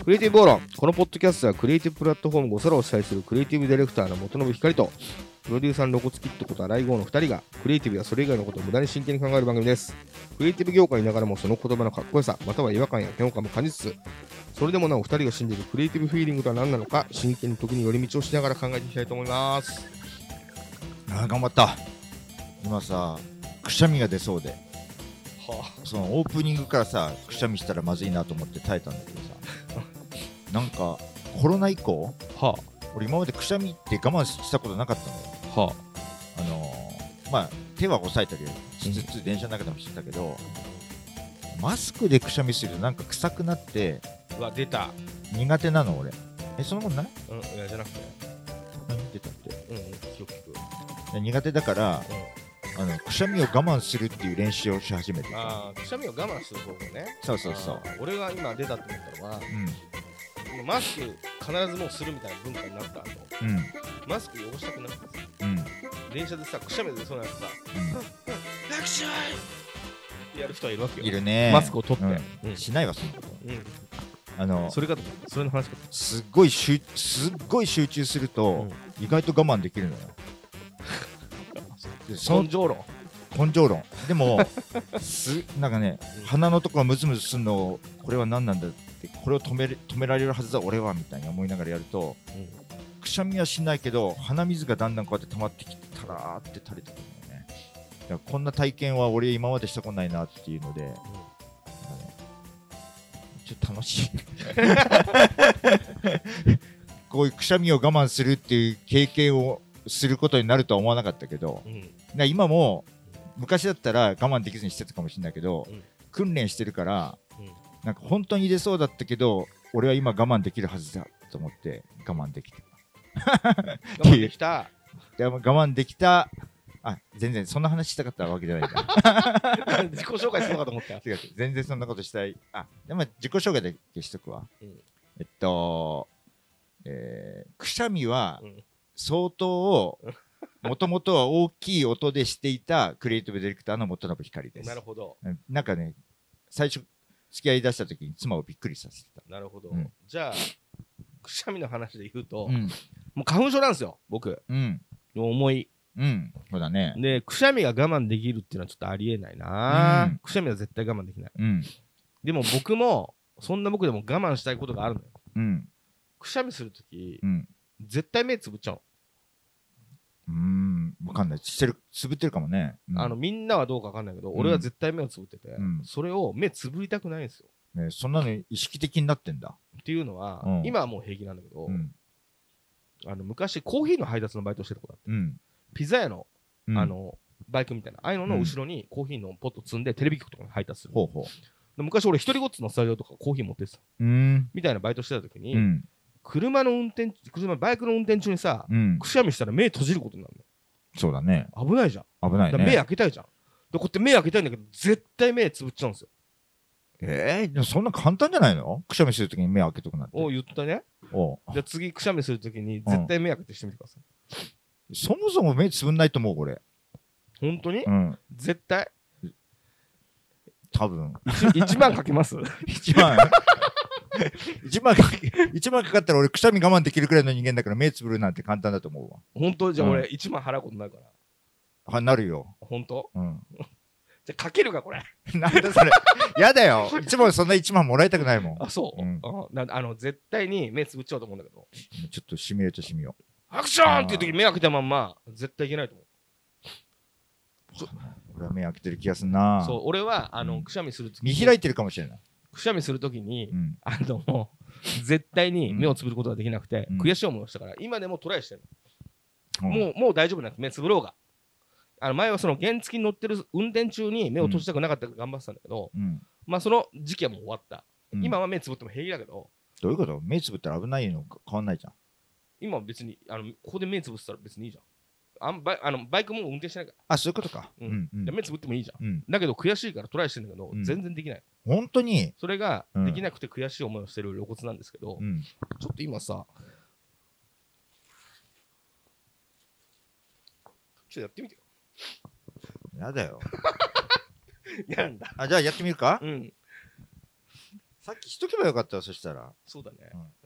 クリエイティブ暴論。このポッドキャストはクリエイティブプラットフォーム5皿を主催するクリエイティブディレクターの元信光とプロデューサーのロコツキットこと荒井豪の2人がクリエイティブやそれ以外のことを無駄に真剣に考える番組です。クリエイティブ業界にいながらもその言葉のかっこよさまたは違和感や嫌悪感も感じつつ、それでもなお2人が信じるクリエイティブフィーリングとは何なのか真剣に時に寄り道をしながら考えていきたいと思います。 頑張った。今さくしゃみが出そうで、そのオープニングからさくしゃみしたらまずいなと思って耐えたんだけどさなんかコロナ以降、俺今までくしゃみって我慢したことなかったのよ。まあ手は押さえたりしつつ電車の中でもしてたけど、マスクでくしゃみするとなんか臭くなって出た苦手なの俺。そんなことない？ いやじゃなくて出たって、 聞く苦手だから、くしゃみを我慢するっていう練習をし始めて。 くしゃみを我慢する方法ね。 そうそうそう。 俺が今出たって思ったのは、マスク必ずもうするみたいな文化になった後、マスク汚したくなくてさ、電車でさくしゃみで出そうなやつさ、楽しいってやる人はいるわけよ。 いるね。 マスクを取って、 しないわそんなこと。 それかとそれの話かと。 すっごい集中すると、意外と我慢できるのよ。 根性論でもなんかね、鼻のとこがムズムズするのこれは何なんだって、これを止められるはずだ俺はみたいに思いながらやると、くしゃみはしないけど鼻水がだんだんこうやって溜まってきてタラーって垂れてくるのよね。だからこんな体験は俺今までしたことないなっていうので、ちょっと楽しいこういうくしゃみを我慢するっていう経験をすることになるとは思わなかったけど、今も昔だったら我慢できずにしてたかもしれないけど、訓練してるから、なんか本当に出そうだったけど俺は今我慢できるはずだと思って我慢できた我慢できた我慢できた。全然そんな話したかったわけじゃないんだ自己紹介するのかと思ったよ。 違う、全然そんなことしたい。でも自己紹介だけしとくわ。くしゃみは相当もともとは大きい音でしていたクリエイティブディレクターの元信光です。 なるほど。 なんかね、最初付き合い出した時に妻をびっくりさせてた。 なるほど。じゃあくしゃみの話で言うと、もう花粉症なんですよ僕。重い。 そうだね。 でくしゃみが我慢できるっていうのはちょっとありえないな。くしゃみは絶対我慢できない。でも僕もそんな僕でも我慢したいことがあるのよ。くしゃみするとき、絶対目つぶっちゃうの。わかんない。つぶってるかもね。 みんなはどうかわかんないけど、俺は絶対目をつぶってて、それを目つぶりたくないんですよ。 そんなの意識的になってんだ。 っていうのは、今はもう平気なんだけど、昔コーヒーの配達のバイトしてたことあって、ピザ屋のバイクみたいなああいうのの後ろにコーヒーのポット積んでテレビ局とかに配達する。昔俺一人ごっつのスタジオとかコーヒー持ってたみたいなバイトしてた時に、バイクの運転中にさ、くしゃみしたら目閉じることになるの。 そうだね。 危ないじゃん。 危ないね。 目開けたいじゃん。でこうやって目開けたいんだけど絶対目つぶっちゃうんですよ。 でもそんな簡単じゃないの？くしゃみするときに目開けとくなんて。 言ったね。じゃあ次くしゃみするときに絶対目開けてしてみてください。 そもそも目つぶんないと思う俺。 本当に？絶対。 多分。 1万かけます？ 1万1万かかったら俺くしゃみ我慢できるくらいの人間だから目つぶるなんて簡単だと思うわ。 本当？じゃあ俺1万払うことになるから。 なるよ。 本当？じゃあかけるかこれ。 なんだそれ。やだよ。いつもそんな1万もらいたくないもん。 そう。絶対に目つぶっちゃうと思うんだけど。 ちょっとシミュレートしてみよう。 アクションっていう時目開けたまんま絶対いけないと思う。 俺は目開けてる気がすんな。 そう、俺はくしゃみするとき見開いてるかもしれない。 くしゃみするときに絶対に目をつぶることができなくて悔しい思いをしたから今でもトライしてるの。もう大丈夫なんです。目つぶろうが。前はその原付に乗ってる運転中に目を閉じたくなかったから頑張ってたんだけど、その時期はもう終わった。今は目つぶっても平気だけど。 どういうこと？目つぶったら危ないの変わんないじゃん。 今は別にここで目つぶったら別にいいじゃん。バイクも運転してないから。 そういうことか。 目つぶってもいいじゃん。だけど悔しいからトライしてるんだけど全然できない。 本当に？ それができなくて悔しい思いをしてる露骨なんですけど、ちょっと今さちょっとやってみてよ。 やだよ。 やんだ。 じゃあやってみるか？ さっきしとけばよかったわ。そしたらそうだね。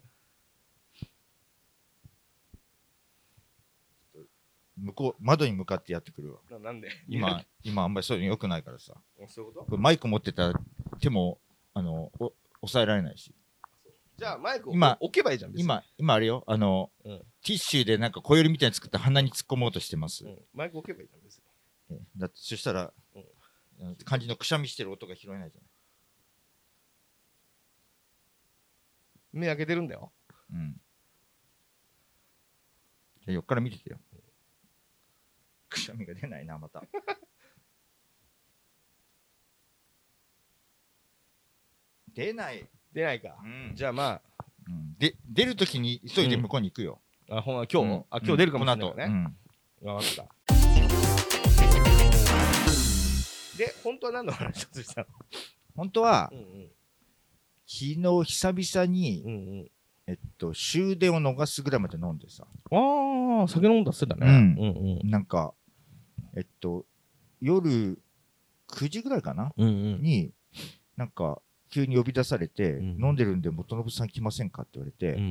向こう窓に向かってやってくるわ。 なんで今あんまりそういうの良くないからさ。 そういうことこれマイク持ってたら手も抑えられないし。 じゃあマイクを今置けばいいじゃん。別に今あれよ、ティッシュでなんか小よりみたいに作って鼻に突っ込もうとしてます。 マイク置けばいいじゃん。別にだってそしたら、感じのくしゃみしてる音が拾えないじ目開けてるんだよ。 ゃん。じゃあ横から見ててよ。くしゃみが出ないな、また。出ない。 出ないか。じゃあまあ、 出るときに急いで向こうに行くよ。 今日今日出るかもしれないからね。分かった。で、本当は何の話をしたの？ 本当は、昨日久々に、終電を逃すぐらいまで飲んでさ。 ああ、酒飲んだっつってたね。 なんか、夜9時ぐらいかなに、なんか、急に呼び出されて、飲んでるんで元信さん来ませんかって言われて、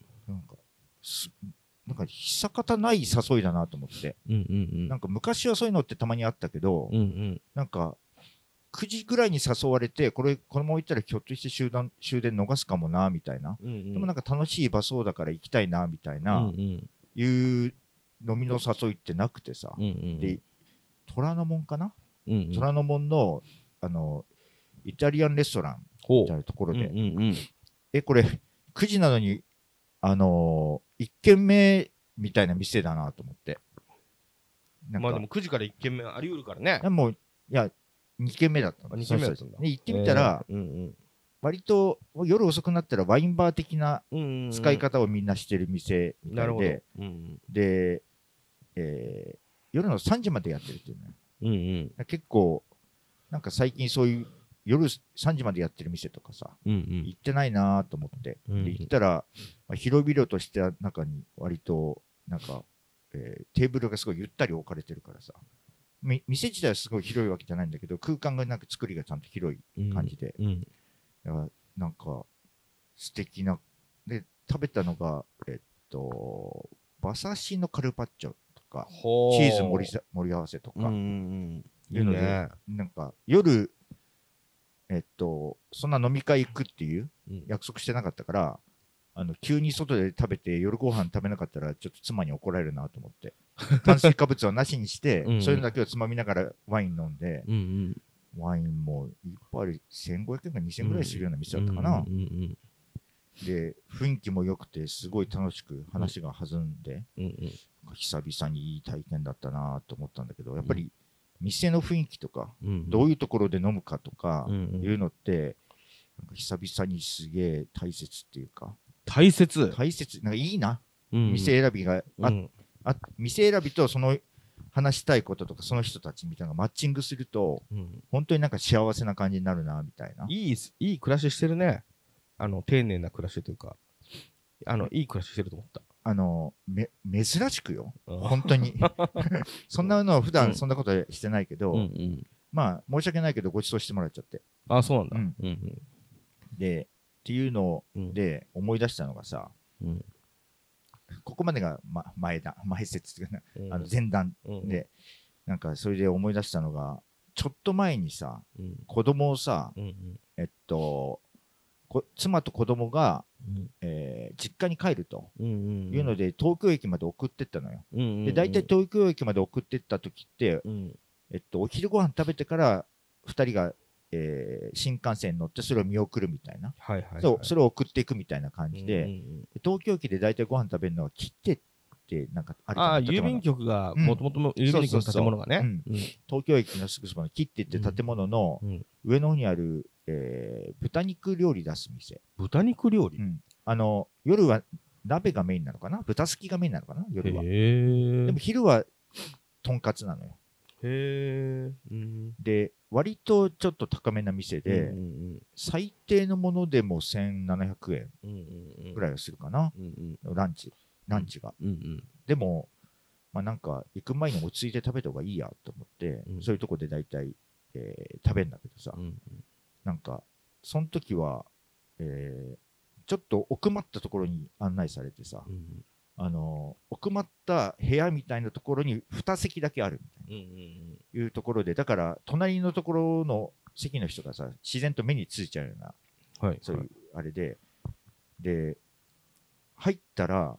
なんか久方ない誘いだなと思って、なんか昔はそういうのってたまにあったけど、なんか9時ぐらいに誘われて、このまま行ったらひょっとして終電逃すかもなみたいな、でもなんか楽しい場所だから行きたいなみたいな、いう飲みの誘いってなくてさ、で虎ノ門かな、虎ノ門のイタリアンレストランみたいなところで、これ9時なのに1軒目みたいな店だなと思って。 まあでも9時から1軒目あり得るからね。 もういや2軒目だったの。 2軒目だったんだ。 で行ってみたら、割と夜遅くなったらワインバー的な使い方をみんなしてる店みたいで、で、夜の3時までやってるっていうね。結構なんか最近そういう夜3時までやってる店とかさ、行ってないなと思って、で行ったら、広々とした中に割となんか、テーブルがすごいゆったり置かれてるからさ、店自体はすごい広いわけじゃないんだけど、空間がなんか作りがちゃんと広い感じで、だからなんか素敵なで、食べたのが馬刺しのカルパッチョとかチーズ盛り合わせとかいうので、なんか夜そんな飲み会行くっていう約束してなかったから、急に外で食べて夜ご飯食べなかったらちょっと妻に怒られるなと思って炭水化物はなしにしてそういうのだけをつまみながらワイン飲んで、ワインもいっぱいある1500円か2000円ぐらいするような店だったかな。で雰囲気も良くてすごい楽しく話が弾んで、久々にいい体験だったなと思ったんだけど、やっぱり店の雰囲気とか、どういうところで飲むかとかいうのって、なんか久々にすげえ大切っていうか、大切なんかいいな、店選びが店選びとその話したいこととかその人たちみたいなのがマッチングすると、本当になんか幸せな感じになるなみたいな。いい暮らししてるね。丁寧な暮らしというか、いい暮らししてると思った。 珍しくよ、本当に。そんなの普段そんなことしてないけど、まあ申し訳ないけどご馳走してもらっちゃって。 あ、そうなんだ。 でっていうので思い出したのがさ、ここまでが前説っていうか前段で、なんかそれで思い出したのが、ちょっと前にさ、子供をさ、妻と子供が実家に帰るというので東京駅まで送ってったのよ。で大体東京駅まで送ってった時って、お昼ご飯食べてから2人が新幹線に乗ってそれを見送るみたいな、それを送っていくみたいな感じで、東京駅で大体ご飯食べるのは切手ってなんかあるじゃん。 郵便局がもともと郵便局の建物がね、 東京駅のすぐそばの切手って建物の上の方にある豚肉料理出す店。 豚肉料理、 夜は鍋がメインなのかな、豚すきがメインなのかな、夜は。でも昼はとんかつなのよ。で割とちょっと高めな店で、最低のものでも1700円ぐらいはするかな、ランチが。でも、なんか行く前に落ち着いて食べた方がいいやと思って、そういうとこで大体、食べるんだけどさ、なんかその時はちょっと奥まったところに案内されてさ、奥まった部屋みたいなところに2席だけあるみたいな、いうところで、だから隣のところの席の人がさ自然と目についちゃうような、そういうあれで、入ったら、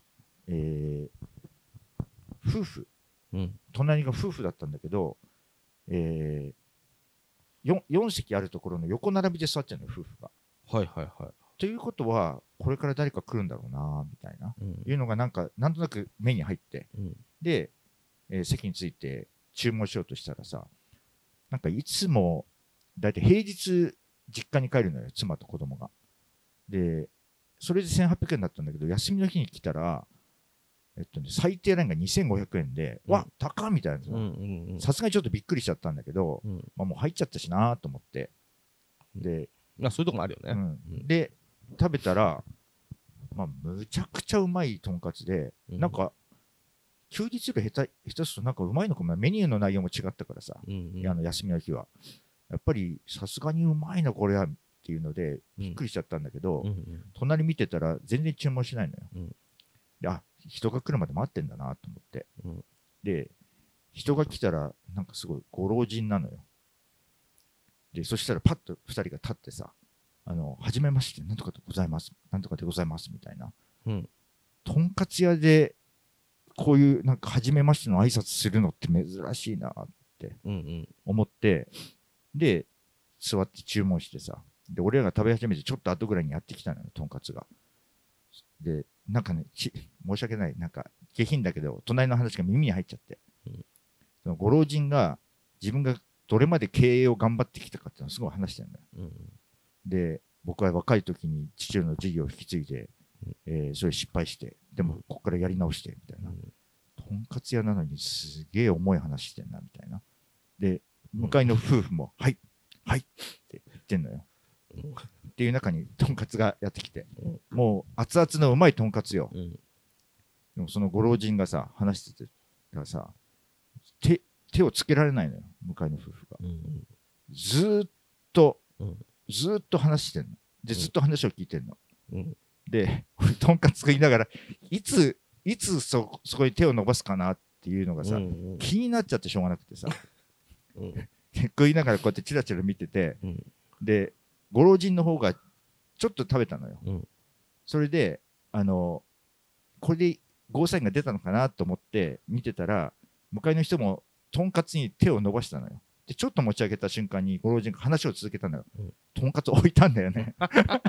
夫婦、隣が夫婦だったんだけど、4席あるところの横並びで座っちゃうのよ、夫婦が。ということはこれから誰か来るんだろうなみたいな、いうのがなんとなく目に入って、で、席について注文しようとしたらさ、なんかいつもだいたい平日実家に帰るのよ、妻と子供が。でそれで1800円だったんだけど、休みの日に来たら、最低ラインが2500円で、わっ高っみたいな、さすがにちょっとびっくりしちゃったんだけど、もう入っちゃったしなと思って、で、 そういうとこもあるよね。 で食べたら、むちゃくちゃうまいとんかつで、なんか休日より下手するとなんかうまいのかも、メニューの内容も違ったからさ、休みの日はやっぱりさすがにうまいなこれはっていうのでびっくりしちゃったんだけど、隣見てたら全然注文しないのよ。で、人が来るまで待ってんだなと思って、で人が来たらなんかすごいご老人なのよ。でそしたらパッと2人が立ってさ、はじめまして、なんとかでございます、なんとかでございますみたいな、とんかつ屋でこういうなんかはじめましての挨拶するのって珍しいなって思って、で座って注文してさ、で俺らが食べ始めてちょっと後ぐらいにやってきたのよ、とんかつが。でなんかね、申し訳ない、なんか下品だけど隣の話が耳に入っちゃって、そのご老人が自分がどれまで経営を頑張ってきたかっていうのをすごい話してるんだよ。で僕は若い時に父の事業を引き継いで、それ失敗して、でもここからやり直してみたいな、とんかつ屋なのにすげえ重い話してんなみたいな。で向かいの夫婦も、はいはいって言ってんのよ。っていう中にとんかつがやってきて、もう熱々のうまいとんかつよ。でもそのご老人がさ話しててからさ、手をつけられないのよ、向かいの夫婦が。ずっと話してんの。でずっと話を聞いてんの。で俺とんかつ食いながらいつそこに手を伸ばすかなっていうのがさ、気になっちゃってしょうがなくてさ、食いながらこうやってチラチラ見てて、でご老人の方がちょっと食べたのよ。それでこれでゴーサインが出たのかなと思って見てたら、向かいの人もとんかつに手を伸ばしたのよ。でちょっと持ち上げた瞬間にご老人が話を続けたのよ。とんかつ置いたんだよね。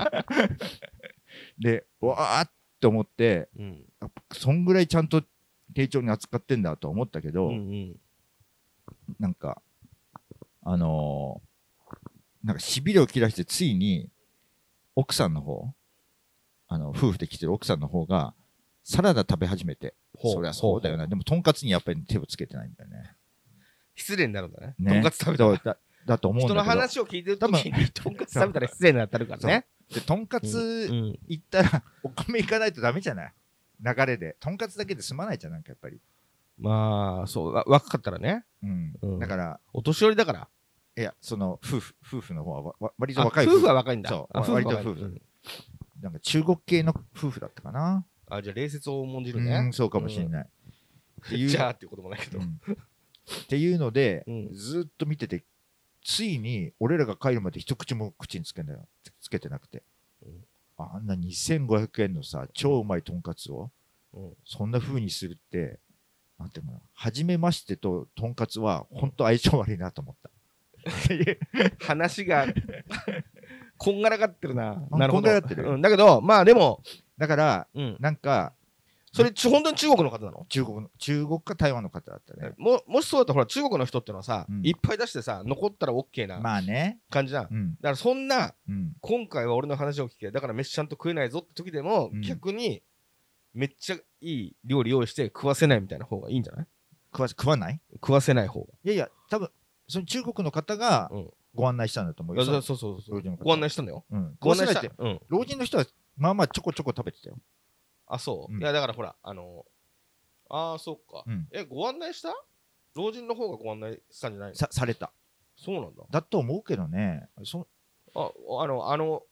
でわーって思って、そんぐらいちゃんと丁重に扱ってんだと思ったけど、なんかなんかしびれを切らして、ついに奥さんの方、夫婦で来てる奥さんの方がサラダ食べ始めて、そりゃそうだよな、でもとんかつにやっぱり手をつけてないんだよね。 失礼になるんだね、とんかつ食べたら。 だと思うんだけど、 人の話を聞いてるときにとんかつ食べたら失礼になるからね。 でとんかつ行ったらお米行かないとダメじゃない、流れで。とんかつだけで済まないじゃん、なんかやっぱり。 そう若かったらね、 だからお年寄りだから。 いや、その夫婦の方は割と若い。 夫婦は若いんだ。 そう、割と夫婦。なんか中国系の夫婦だったかな。 じゃあ礼節を重んじるね。 そうかもしれない。 じゃあっていうこともないけど。 っていうのでずっと見てて、ついに俺らが帰るまで一口も口につけてなくて、あんな2500円のさ超うまいとんかつをそんな風にするって、なんていうの、初めましてととんかつは本当相性悪いなと思った。 話がこんがらがってるな。 なるほど。こんがらがってる。 だけどでもだからなんかそれ本当に中国の方なの？ 中国か台湾の方だったね。 もしそうだったらほら、中国の人ってのはさ、いっぱい出してさ、残ったら OK な感じじゃん。だからそんな、今回は俺の話を聞け、だから飯ちゃんと食えないぞって時でも、逆にめっちゃいい料理用意して食わせないみたいな方がいいんじゃない？ 食わない？ 食わせない方が。 いや多分その中国の方がご案内したんだと思うよ。 そうご案内したのよ。 ご案内して、老人の人はまあまあちょこちょこ食べてたよ。 そう。いやだからほらそうか。ご案内した？老人の方がご案内したんじゃないの？ された。 そうなんだ。 だと思うけどね。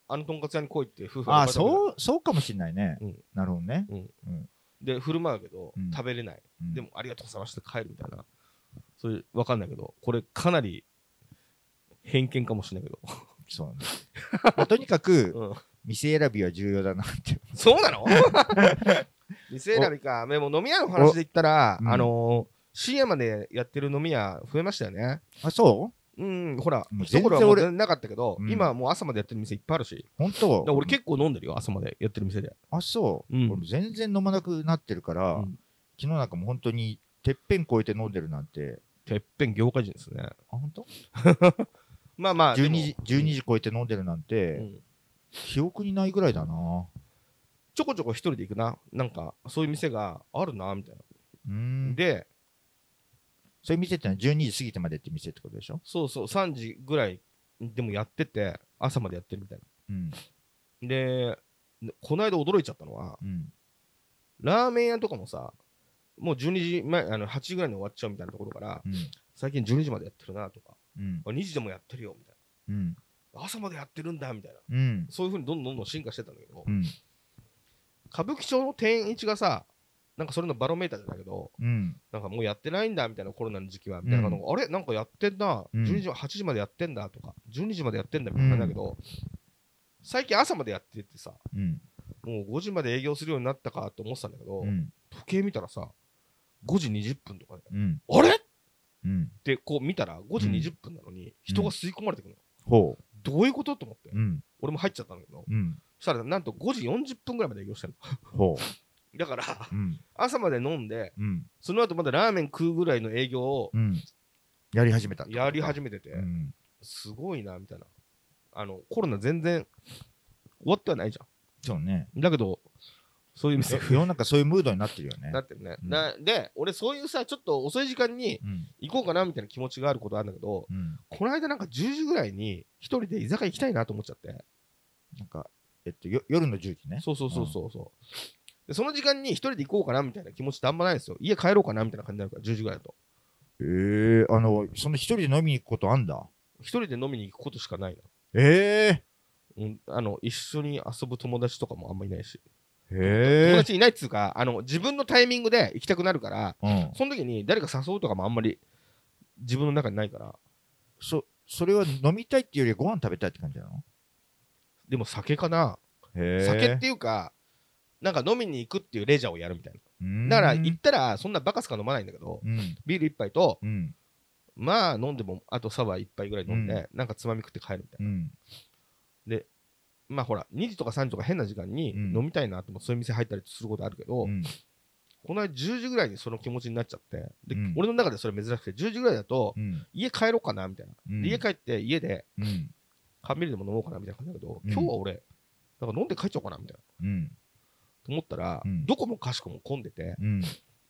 あのとんかつ屋に来いって夫婦ああ、 がそうかもしれないね。 うんなるほどね。 で振る舞うけど、 うん食べれない、 うんでもありがとうございました帰るみたいな、それ分かんないけど、これかなり偏見かもしれないけど、 そうね。まあとにかく、 うん、 店選びは重要だなって。 そうなの店選びか。でも飲み屋の話で言ったら、深夜までやってる飲み屋増えましたよね。 あ、そほら、 もう一頃はもう全然なかったけど、 うん今はもう朝までやってる店いっぱいあるし、 う本当だから俺結構飲んでるよ、朝までやってる店で。 あ、そう。 うん俺全然飲まなくなってるから、 うん昨日なんかもう本当にてっぺん越えて飲んでるなんて。 てっぺん業界人ですね。 あ、本当まあまあ、でも 12時超えて飲んでるなんて、 うん記憶にないぐらいだな。 ちょこちょこ一人で行くな。なんか、そういう店があるな、みたいな。で、 そういう店ってのは12時過ぎてまでって店ってことでしょ。 そうそう、3時ぐらいでもやってて、朝までやってるみたいうん。 な。で、この間驚いちゃったのは、 うん。 ラーメン屋とかもさ、もう12時前、8時ぐらいに終わっちゃうみたいなところから、 うん。 最近12時までやってるなとか、 うん。 2時でもやってるよみたいうん。 な、朝までやってるんだみたいな、 うん。 そういう風にどんどん進化してたんだけど、 うん。 歌舞伎町の店員一がさ、なんかそれのバロメーターじゃないけど、 うん。 なんかもうやってないんだみたいな、コロナの時期はみたいなのが、あれなんかやってんな、 うん 12時8時までやってんだとか、12時までやってんだみたいな感じだけど、最近朝までやっててさ、 うん。 もう5時まで営業するようになったかと思ってたんだけど、 うん。 時計見たらさ、5時20分とかで、 うん。 あれっうん。 てこう見たら5時20分なのに人が吸い込まれてくるの、 ほどういうことと思って、 う。うん。 俺も入っちゃったんだけど、 うん。 そしたらなんと5時40分ぐらいまで営業してるほのだからう。うん。 朝まで飲んで、 うん。 その後まだラーメン食うぐらいの営業をうん。やり始めたってことか。 やり始めてて、 うん。 すごいなみたいな、コロナ全然終わってはないじゃそうね。 ん。だけどそういう店世の中そういうムードになってるよね。 なってるね、 うんで俺そういうさちょっと遅い時間にうん。 行こうかなみたいな気持ちがあることあるんだけど、 うん。 この間なんか10時ぐらいに一人で居酒屋行きたいなと思っちゃって、 なんか、夜の10時ね。 そうそうそうそうそうでその時間に一人で行こうかなみたいな気持ちってあんまないんですよ。家帰ろうかなみたいな感じになるから10時ぐらいだとその一人で飲みに行くことあんだ。 一人で飲みに行くことしかないな。 え一緒に遊ぶ友達とかもあんまいないし、 え。 友達いないっつうか自分のタイミングで行きたくなるから、 うん。 その時に誰か誘うとかもあんまり自分の中にないから。 それは飲みたいっていうよりご飯食べたいって感じなの？ でも酒かな、 へえ。 酒っていうかなんか飲みに行くっていうレジャーをやるみたいな。だから行いったらそんなバカすか飲まないんだけど、 うん。 ビール一杯とうん。 まあ飲んでもあとサワー一杯ぐらい飲んで、 うんなんかつまみ食って帰るみたいな。 うん。 まあほら2時とか3時とか変な時間にうん飲みたいなともそういう店入ったりすることあるけど、 うん。 この間10時ぐらいにその気持ちになっちゃってで、 うん俺の中でそれ珍しくて10時ぐらいだとうん。 家帰ろうかなみたいな、 うんで家帰って家でうん。 缶ビールでも飲もうかなみたいな感じだけど、 うん今日は俺なんか飲んで帰っちゃおうかなみたいなうん。 と思ったら、 うんどこもかしこも混んでてうん。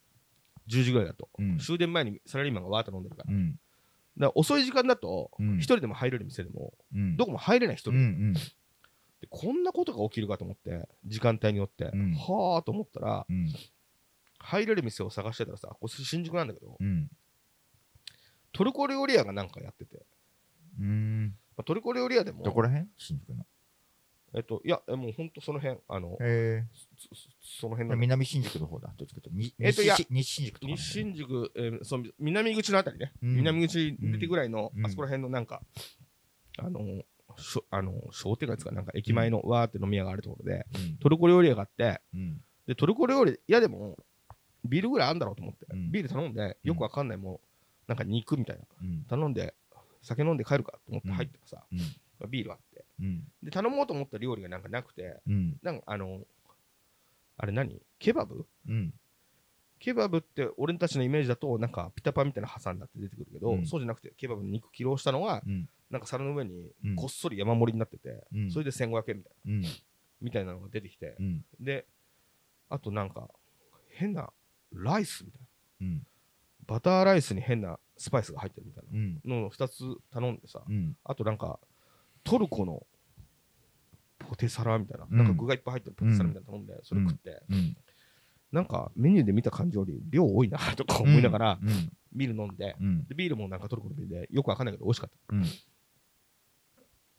10時ぐらいだと、 うん。 終電前にサラリーマンがわーって飲んでるから、 うん。 だから遅い時間だとうん一人でも入れる店でもうん。 どこも入れない人で,、 うん。 でこんなことが起きるかと思って時間帯によって、 んはあと思ったらうん。 入れる店を探してたらさ、これ新宿なんだけど、 うん。 トルコ料理屋がなんかやってて、 うん。 まあ、トルコ料理屋でもどこら辺？新宿の。 いやもうほんとその辺へその辺の南新宿の方だ。どっちかというといや西新宿とかね。 西新宿、その南口のあたりね、 うん南口出てぐらいの、 うんあそこら辺のなんか商店街ですかなんか駅前のわーって飲み屋があるところで、 うん。 トルコ料理屋があってうん。 でトルコ料理屋でもビールぐらいあるんだろうと思って、 うんビール頼んでよくわかんないもうなんか肉みたいなうん。 頼んで酒飲んで帰るかと思って入ったらさ、 うん。 ビールあってうん。 で頼もうと思った料理がなんかなくてうん。 なんかあれ何ケバブうん。 ケバブって俺たちのイメージだとなんかピタパンみたいな挟んだって出てくるけど、 うんそうじゃなくてケバブの肉切ろうしたのがうん。 なんか皿の上にうんこっそり山盛りになってて、 うん。 それで1500円みたいなうん。 みたいなのが出てきて、 うん。 であとなんか変なライスみたいなうん。 バターライスに変なスパイスが入ってるみたいうん。 なのを2つ頼んでさ、 うん。 あとなんかトルコのポテサラみたいな、 うんなんか具がいっぱい入ってるポテサラみたいなの頼んで、それ食って、 うん。 なんかメニューで見た感じより量多いなとか思いながら、 うん。 ビール飲んで、 うん。 でビールもなんかトルコのビールでよくわかんないけど美味しかった。 うん。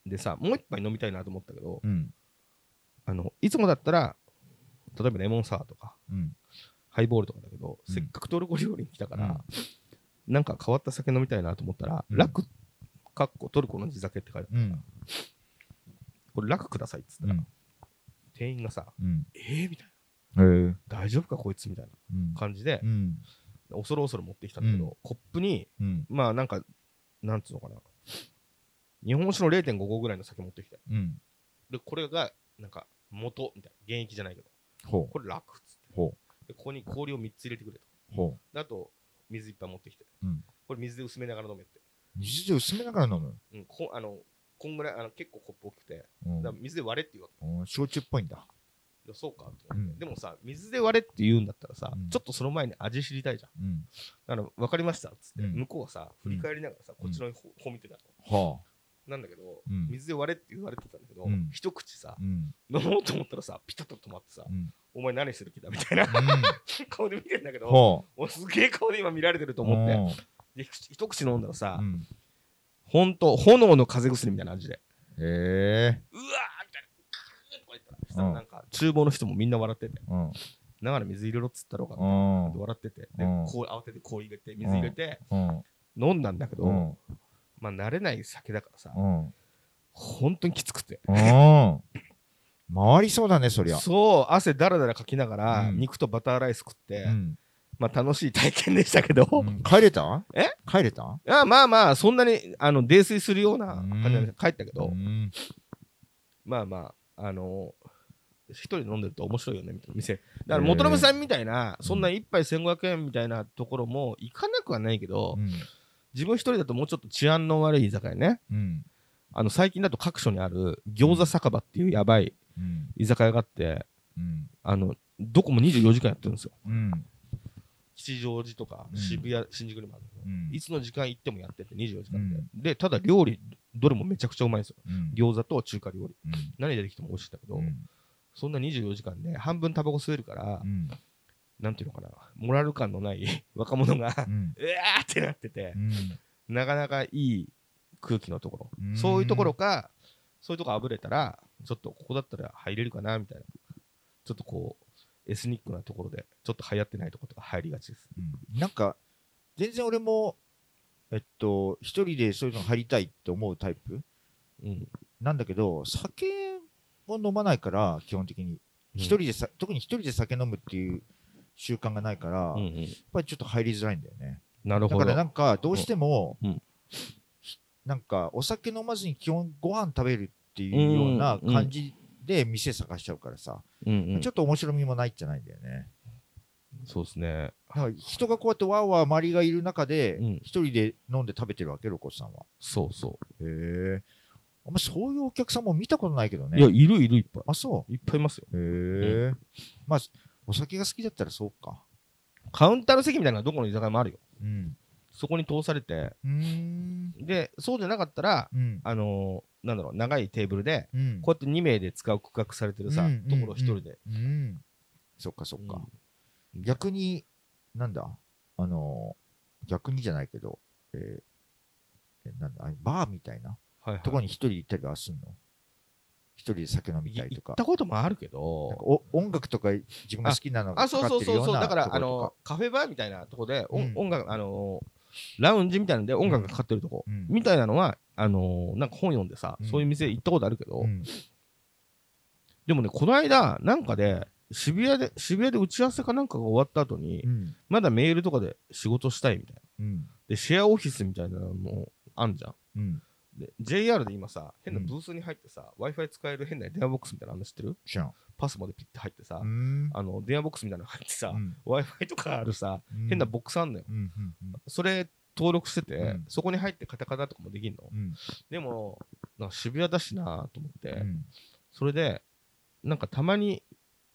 でさ、もう一杯飲みたいなと思ったけど、 うんいつもだったら例えばレモンサワーとかうんハイボールとかだけど、 うんせっかくトルコ料理に来たから、 うんなんか変わった酒飲みたいなと思ったら、 うんラクかっこトルコの地酒って書いてある、 うんこれラクくださいっつったら、 うん店員がさ、 うんみたいな、 へえ大丈夫かこいつみたいうんな感じで、 うん恐る恐る持ってきたんだけど、コップにうんまあなんかなんつうのかな、日本酒の 0.5 合ぐらいの酒持ってきて、 うんでこれがなんか元みたいな、現役じゃないけどほこれラクっつって、 ほでここに氷を3つ入れてくれと、 ほであと水いっぱい持ってきて、 うんこれ水で薄めながら飲めって、 水で薄めながら飲むうん、こんぐらい結構コップ大きくて、 うんだから水で割れって言うわけ。 焼酎っぽいんだでそうかと思って、 うんでもさ、水で割れって言うんだったらさ、 うんちょっとその前に味知りたいじゃん。 うんだから分かりましたっつって、 うん向こうはさ、振り返りながらさ、こっちの方見てたはの。なんだけど、 うん水で割れって言われてたんだけど、 うん一口さあ、うん飲もうと思ったらさ、ピタッと止まってさ、 うんお前何してる気だみたいな顔で見てんだけど、 ほおすげえ顔で今見られてるとう思って、 うんで一口飲んだらさ、 うんほんと炎の風邪薬みたいな味で、 へえうわーみたいな、クーとか言ったら、したらなんか厨房の人もみんな笑ってて、 うんだから水入れろっつったろうかみたいなうん笑ってて、でうんこう慌ててこう入れて水入れてうん飲んだんだけど、 うんまあ慣れない酒だからさ、 うん本当にきつくて、 うん回りそうだねそりゃそう汗だらだらかきながら、 うん肉とバターライス食って、 うんまあ楽しい体験でしたけど、 うん帰れたえ帰れたいやまあまあそんなに泥酔するような感じで帰ったけど、 うんまあまあ一人で飲んでると面白いよねみたいな店だから元信さんみたいな、そんな一杯1500円みたいなところも行かなくはないけど、 うん自分一人だともうちょっと治安の悪い居酒屋ね、 うん最近だと各所にある餃子酒場っていうやばいうん居酒屋があって、 うんどこも24時間やってるんですよ。 うん吉祥寺とかうん渋谷、新宿にもあるんだけど、 うんいつの時間行ってもやってて24時間で、 うんでただ料理どれもめちゃくちゃうまいんですよ。 うん餃子と中華料理うん何出てきても美味しいんだけど、 うんそんな24時間で半分タバコ吸えるから、 うんなんていうのかな、モラル感のない若者がうんうわーってなっててう、んなかなかいい空気のところ、 うんそういうところか、そういうとこあぶれたら、ちょっとここだったら入れるかなみたいな、ちょっとこう、エスニックなところで、ちょっと流行ってないところとか入りがちです。 うんなんか全然俺も一人でそういうの入りたいって思うタイプうん。 なんだけど酒を飲まないから基本的に一人で特に一人で酒飲むっていう習慣がないから、 うんうん。 やっぱりちょっと入りづらいんだよね。 なるほど。 だからなんかどうしても、 うんなんかお酒飲まずに基本ご飯食べるっていうような感じで店探しちゃうからさ、 うんうんちょっと面白みもないじゃないんだよね。 そうですね。 なんか人がこうやってわーわー周りがいる中でうん一人で飲んで食べてるわけロコスさんは。 そうそへえ。あんまそういうお客さんも見たことないけどう。 ね。 いや、いるいっぱい。 あ、そいっぱいいますよ。 う。へえ。まあお酒が好きだったらそうか。 カウンターの席みたいなのがどこの居酒屋もあるよ。 うん。 そこに通されて、で、そうじゃなかったら、 うん。 なんだろう、長いテーブルで、 うん。 こうやって2名で使う区画されてるさ、 うんところを一人で。 うん。そっかそっか。 うん逆に、なんだ逆にじゃないけど、なんだバーみたいなはいはいところに一人で行ったりはすんの一人で酒飲みたいとか行っ。たこともあるけなんかど、 音楽とか自分が好きなのがかかそうそうそうそう、 ってるようなだからところカフェバーみたいなとこで、 うん音楽、ラウンジみたいなので音楽がかかってるとこ、 うんみたいなのは、なんか本読んでさ、 うんそういう店行ったことあるけど、 とか。うんでもね、この間、なんかで、渋谷で打ち合わせかなんかが終わった後に、 うんまだメールとかで仕事したいみたいな。 うんで、シェアオフィスみたいなのもあんじゃん。 うんで、JR で今さ、変なブースに入ってさ、Wi-Fi 使える変な電話ボックスみたいなの知ってる？ 知らん。 パスまでピッて入ってさ、 うん電話ボックスみたいなの入ってさ、 うん Wi-Fi とかあるさ、変なボックスあんのよ。 うんうんそれ登録してて、 うんそこに入ってカタカタとかもできんの。 うんでも、なんか渋谷だしなと思って、 うんそれで、なんかたまに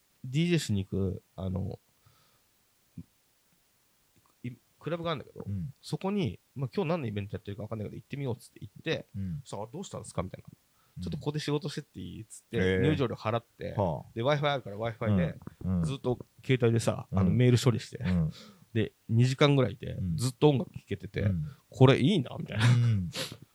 DJ しに行く、クラブがあるんだけど、 うんそこに、まあ、今日何のイベントやってるか分かんないけど、行ってみようっつって行って、 うんさあ、どうしたんですかみたいな。ちょっとここで仕事してっていいっつって、 へー入場料払って、 はで、Wi-Fi あるから Wi-Fi で、 あうんずっと携帯でさ、 うんメール処理して、 うんで、2時間ぐらいでうんずっと音楽聴けてて、 うんこれいいなみたいな。 うん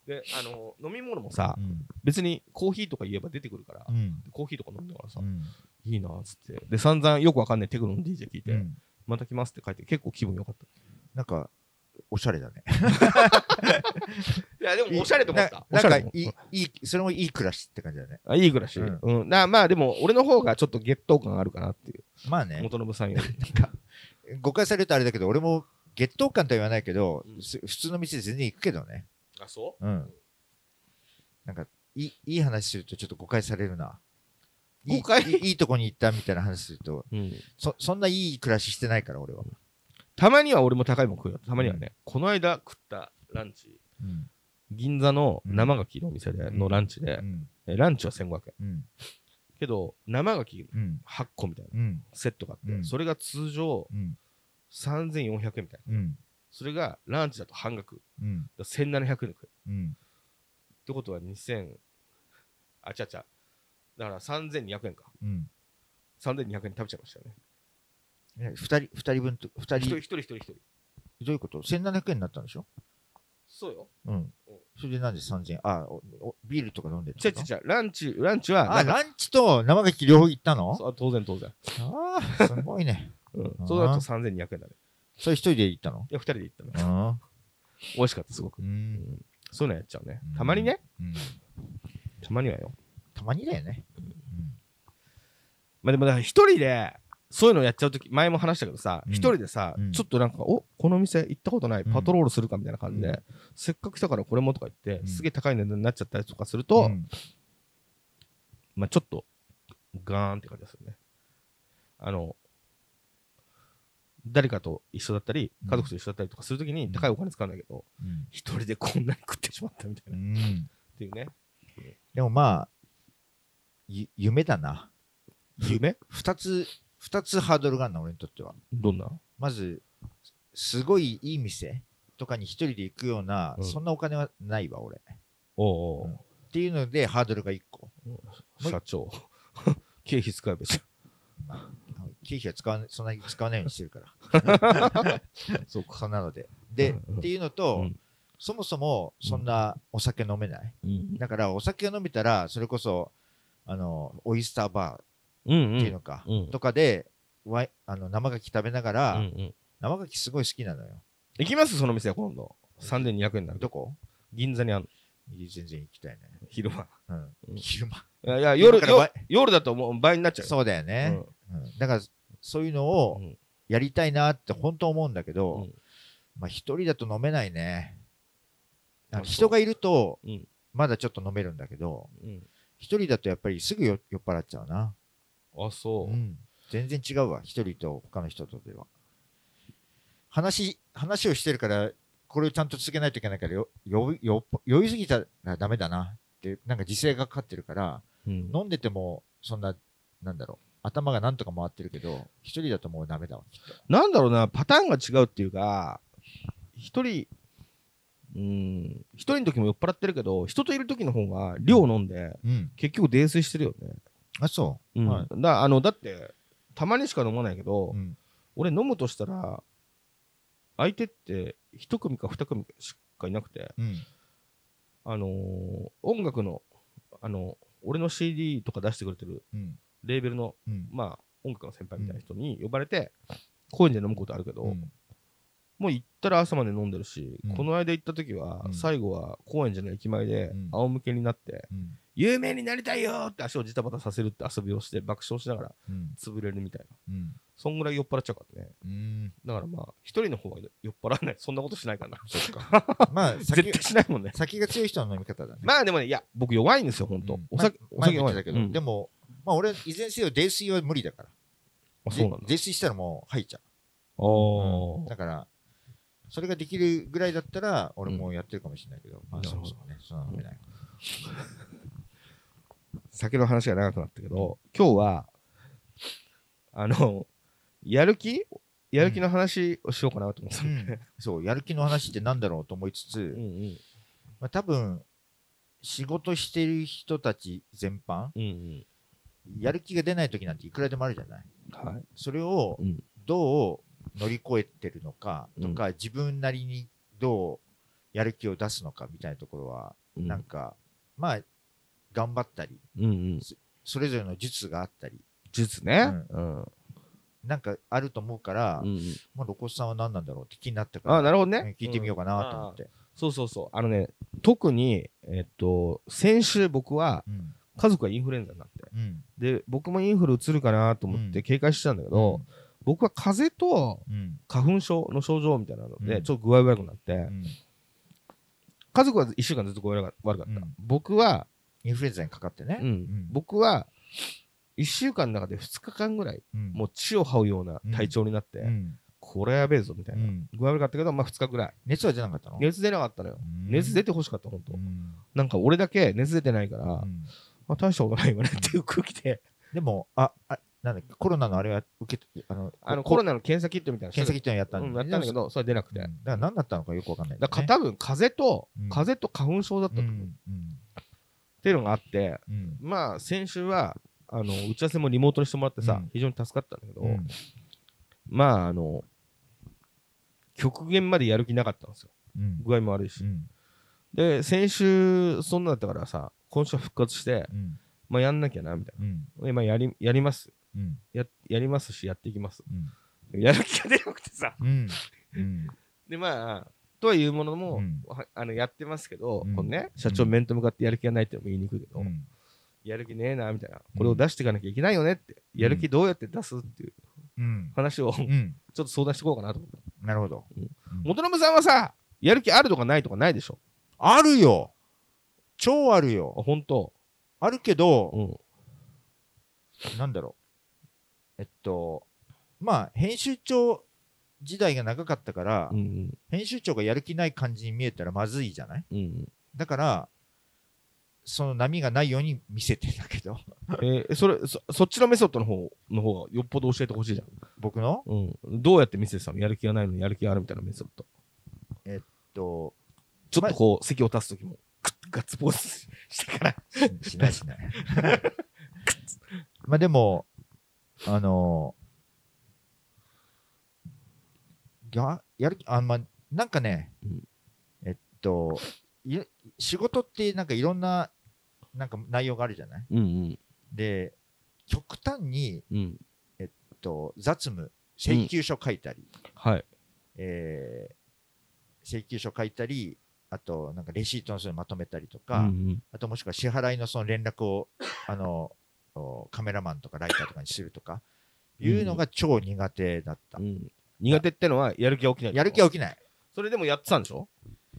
で飲み物もさ、 うん別にコーヒーとか言えば出てくるから、 うんコーヒーとか飲んでからさ、 うんいいなっつってで散々よくわかんないテクノの DJ 聞いて、 うんまた来ますって書いて結構気分良かった。 なんかおしゃれだね。 いやでもおしゃれと思った。 なんかいいそれもいい暮らしって感じだね。 い暮らし、うんまあでも俺の方がちょっと月頭感あるかなっていう。 まあね、 元信さんより誤解されるとあれだけど、俺も月頭感とは言わないけど、 うん普通の店で全然行くけどね。 あそうん。なんかいい話するとちょっと誤解されるな。 誤解いいとこに行ったみたいな話すると、 うん、 そんないい暮らししてないから俺は。 たまには俺も高いもん食うよ。たまにはね、この間食ったランチ、 うん銀座の生牡蠣のお店で、のランチで、ランチは1500円。 うんけど、生牡蠣うん 8個みたいなうんセットがあって、 うんそれが通常うん 3400円みたいな。 うんそれがランチだと半額。 うんだから1700円で食える。 うんってことは2000、あちゃちゃ。だから3200円か。 うん 3200円食べちゃいましたよね。 二人分と二人一人。 どういうこと？ 1700 円になったんでしょ？ そうよ。 うん。それでなんで3000円？ビールとか飲んで違うランチはランチと生牡蠣両方行ったの？ 当然。 ああ、すごいね。 そうだと3200円だね。 それ一人で行ったの？ いや、2人で行ったね。 あ美味しかった、すごく。そういうのやっちゃうね。たまにね。たまにはよ。 たまにだよね。 まあでも、だから一人で、そういうのやっちゃうとき、前も話したけどさ、一人でさ、ちょっとなんか、この店行ったことない、パトロールするかみたいな感じで、せっかく来たからこれもとか言って、すげえ高い値段になっちゃったりとかすると、まあちょっと、ガーンって感じですよね。誰かと一緒だったり、家族と一緒だったりとかするときに高いお金使うんだけど、一人でこんなに食ってしまったみたいな。っていうね。 でもまあ、夢だな。 夢二つハードルがあるな、俺にとっては。 どんな？ まず、すごいいい店とかに一人で行くような、そんなお金はないわ、俺。っていうので、ハードルが一個。 社長。経費使えばいいじゃん。 経費はそんなに使わないようにしてるから。そうか。そんなので。っていうのと、そもそもそんなお酒飲めない。だから、お酒が飲めたら、それこそ、オイスターバーっていうのか、とかで、生牡蠣食べながら、生牡蠣すごい好きなのよ。 行きますその店は今度。3200円になる。 どこ？ 銀座にある。 全然行きたいね。 昼間。 昼間。 いや、夜だともう倍になっちゃう。 そうだよね。だから、そういうのをやりたいなって本当思うんだけど、まあ一人だと飲めないね。人がいると、まだちょっと飲めるんだけど、一人だとやっぱりすぐ酔っ払っちゃうな。 あ、そう。 全然違うわ。一人と他の人とでは。話をしてるから、これをちゃんと続けないといけないから、酔いすぎたらダメだなって、なんか時勢がかかってるから、飲んでても、そんな、なんだろう、頭がなんとか回ってるけど、一人だともうダメだわ、きっと。 なんだろうな、パターンが違うっていうか、一人の時も酔っ払ってるけど、人といる時の方が量飲んで、結局泥酔してるよね。 あ、そう。 だって、たまにしか飲まないけど、俺飲むとしたら、相手って1組か2組しかいなくて、音楽の、俺の CD とか出してくれてるレーベルの、まあ、音楽の先輩みたいな人に呼ばれて、高円寺で飲むことあるけど、もう行ったら朝まで飲んでるし、この間行った時は、最後は高円寺の駅前で仰向けになって、有名になりたいよって足をジタバタさせるって遊びをして爆笑しながら潰れるみたいな。そんぐらい酔っ払っちゃうからね。だからまあ、一人の方が酔っ払わない。そんなことしないかな。そっか。まあ、絶対しないもんね。 酒が強い人の飲み方だね。 まあでもね、いや、僕弱いんですよ、ほんと。お酒弱いんだけど。でも、まあ俺、いずれにせよ泥酔は無理だから。 あ、そうなんだ。 泥酔したらもう吐いちゃう。だから、それができるぐらいだったら、俺もやってるかもしれないけど、まあそもそもね、そんな飲めない。 酒の話が長くなったけど、今日は、やる気の話をしようかなと思って、 そう、やる気の話ってなんだろうと思いつつ、まあ、多分、仕事してる人たち全般、やる気が出ない時なんていくらでもあるじゃない。それをどう乗り越えてるのかとか、自分なりにどうやる気を出すのかみたいなところは、 うんなんかまあ頑張ったり、 うんうん、 それぞれの術があったり、 術ね。うんなんかあると思うから、 うんうん、 まあ、露骨さんは何なんだろうって気になったから、 あ、なるほどね。 聞いてみようかなと思って。 そうそうそう。特に、先週僕は、家族がインフルエンザになって、で、僕もインフル移るかなと思って警戒してたんだけど、僕は風邪と花粉症の症状みたいなので、ちょっと具合悪くなって、家族は1週間ずっと具合悪かった。僕は、 インフルエンザにかかってね。 僕は、1週間の中で2日間ぐらい、もう血を這うような体調になって、これやべえぞみたいな。具合悪かったけど、まあ2日ぐらい。 熱は出なかったの？ 熱出なかったのよ。熱出てほしかった、ほんと。なんか俺だけ熱出てないから、まあ大したことないわねっていう空気で。 でも、なんだっけ、コロナのあれは受けて、 コロナの検査キットみたいな。 検査キットやったんだけど、それ出なくて。だから何だったのかよくわかんない。 だから多分、風邪と花粉症だったと思う。っていうのがあって、まあ先週は、打ち合わせもリモートにしてもらってさ、非常に助かったんだけど、まあ極限までやる気なかったんですよ。具合も悪いし。で、先週そんなだったからさ、今週復活して、まあやんなきゃな、みたいな。今やります。やりますし、やっていきます。やる気が出なくてさ。で、まあ、とはいうものも、やってますけど、このね、社長面と向かってやる気がないってのも言いにくいけど、やる気ねえなみたいな、これを出していかなきゃいけないよねって、やる気どうやって出すっていう話をちょっと相談していこうかなと思って。 なるほど。 元信さんはさ、やる気あるとかないとかないでしょ？ あるよ。超あるよ。 本当。 あるけど、なんだろう。まあ編集長時代が長かったから、編集長がやる気ない感じに見えたらまずいじゃない？だから。その波がないように見せてんだけどそっちのメソッドの方がよっぽど教えてほしいじゃん。 僕の、 どうやって見せてたの？やる気がないのにやる気があるみたいなメソッド。ちょっとこう、席を立つときもガッツポーズしてからしないまあでもやるまあなんかね、仕事ってなんかいろんななんか内容があるじゃない？で極端に、雑務請求書書いたり、請求書書いたり、あとなんかレシートのそれまとめたりとか、あともしくは支払いのその連絡をカメラマンとかライターとかにするとかいうのが超苦手だった。 苦手ってのはやる気が起きない。 やる気が起きない。 それでもやってたんでしょ？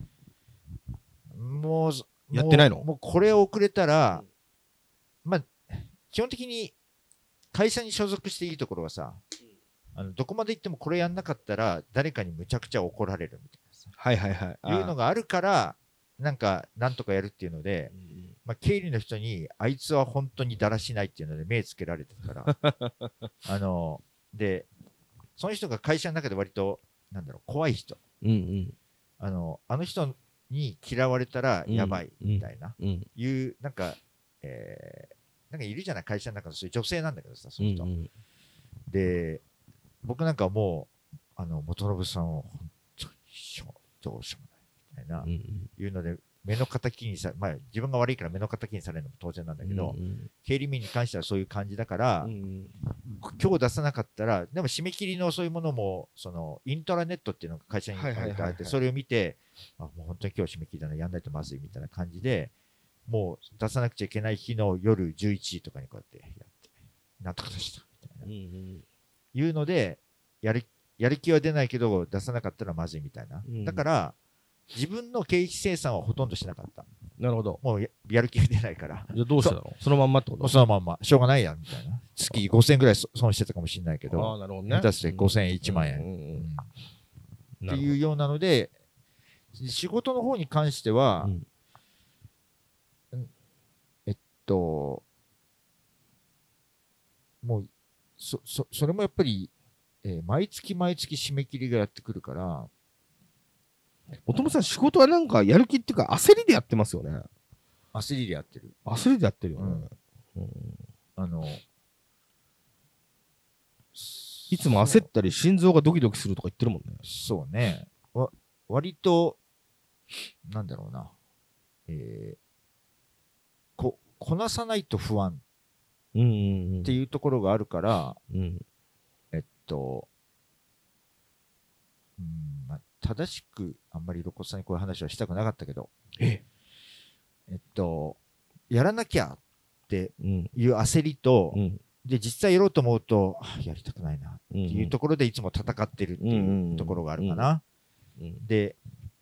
もうやってないの？ もうこれ遅れたら、まあ基本的に会社に所属していいところはさ、どこまで行ってもこれやんなかったら誰かにむちゃくちゃ怒られるみたいなさ、いうのがあるからなんとかやるっていうので、まあ、経理の人にあいつは本当にだらしないっていうので目つけられてたからでその人が会社の中で割となんだろう怖い人、あの人に嫌われたらやばいみたいな、いうなんかいるじゃない、会社の中のそういう女性なんだけどさ、その人、で僕なんかもう元信さんを本当にどうしようもないみたいな、いうので目の敵にまあ自分が悪いから目の敵にされるのも当然なんだけど、経理面に関してはそういう感じだから、今日出さなかったら、でも締め切りのそういうものもそのイントラネットっていうのが会社にあって、それを見てもう本当に今日締め切りだな、やんないとまずいみたいな感じで、もう出さなくちゃいけない日の夜11時とかにこうやってやってなんとかでしたみたいな、いうのでやる気は出ないけど出さなかったらまずいみたいな、だから自分の経費生産はほとんどしなかった。 なるほど。 もう やる気が出ないから。 じゃあどうしたの？そのまんまってこと？ そのまんましょうがないやみたいな。月5000円ぐらい損してたかもしれないけど、 なるほどね、 下手して5000円1万円っていうようなので、仕事の方に関しては、もうそれもやっぱり、毎月毎月締め切りがやってくるから。 おともさん、仕事はなんかやる気っていうか焦りでやってますよね。 焦りでやってる。 焦りでやってるよね。いつも焦ったり心臓がドキドキするとか言ってるもんね。 そうね。割となんだろうな、こなさないと不安っていうところがあるから、まあ、正しくあんまり露骨さんにこういう話はしたくなかったけど、やらなきゃっていう焦りと、で実際やろうと思うとやりたくないなっていうところでいつも戦ってるっていうところがあるかな。で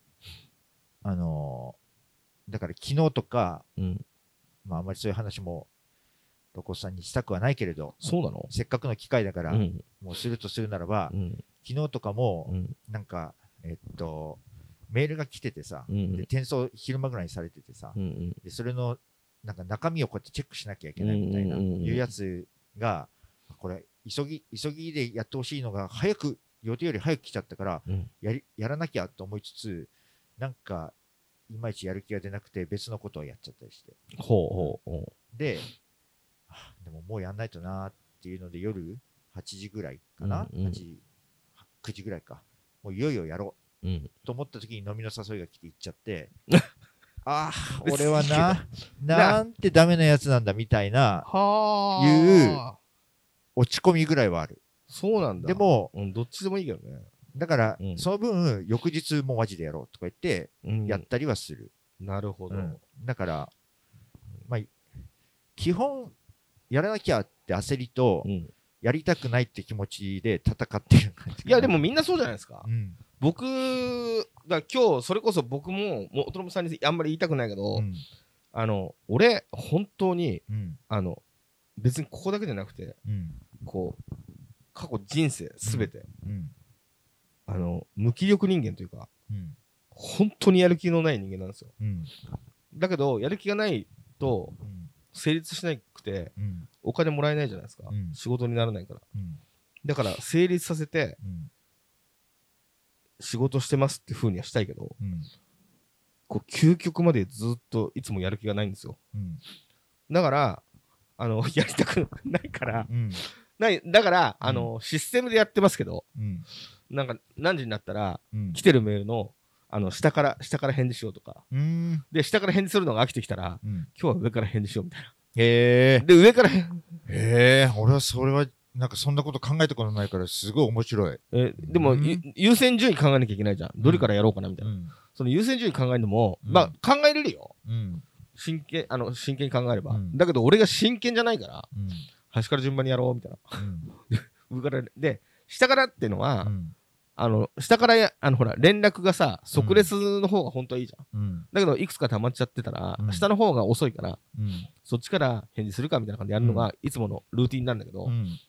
だから昨日とか、まあ、あんまりそういう話も露骨さんにしたくはないけれど、 そうなの？ せっかくの機会だから、もうするとするならば、昨日とかも、なんかメールが来ててさ、で転送昼間ぐらいにされててさ、でそれのなんか中身をこうやってチェックしなきゃいけないみたいな、いうやつが、これ急ぎでやってほしいのが予定より早く来ちゃったから、やらなきゃと思いつつ、なんかいまいちやる気が出なくて別のことをやっちゃったりして、でももうやんないとなっていうので、夜8時ぐらいかな、8時9時ぐらいか、もういよいよやろうと思った時に飲みの誘いが来て行っちゃって俺はなんてダメなやつなんだみたいないう落ち込みぐらいはある。 そうなんだ。 でも、 どっちでもいいけどね。 だから、その分翌日もうマジでやろうとか言ってやったりはする。 なるほど。 だからまあ基本やらなきゃって焦りと、やりたくないって気持ちで戦ってる感じ。 いやでもみんなそうじゃないですか。僕だ今日それこそ僕も元信さんにあんまり言いたくないけど、俺本当に、別にここだけじゃなくて、こう過去人生すべて、無気力人間というか、本当にやる気のない人間なんですよ。だけどやる気がないと成立しなくて、お金もらえないじゃないですか、仕事にならないから、だから成立させて、仕事してますって風にはしたいけど、こう究極までずっといつもやる気がないんですよ、だからやりたくないから、だから、システムでやってますけど、なんか何時になったら、来てるメールの下から返事しようとか、で下から返事するのが飽きてきたら、今日は上から返事しようみたいな。で上から俺はそれはなんかそんなこと考えたことないからすごい面白い。 でも、優先順位考えなきゃいけないじゃん。どれからやろうかなみたいな。その優先順位考えるのも、まあ考えれるよ。真剣に考えれば。だけど俺が真剣じゃないから、端から順番にやろうみたいな。上からで下からっていうのは、下からほら連絡がさ即レスの方が本当はいいじゃん。だけどいくつか溜まっちゃってたら、下の方が遅いから、そっちから返事するかみたいな感じでやるのがいつものルーティンなんだけど、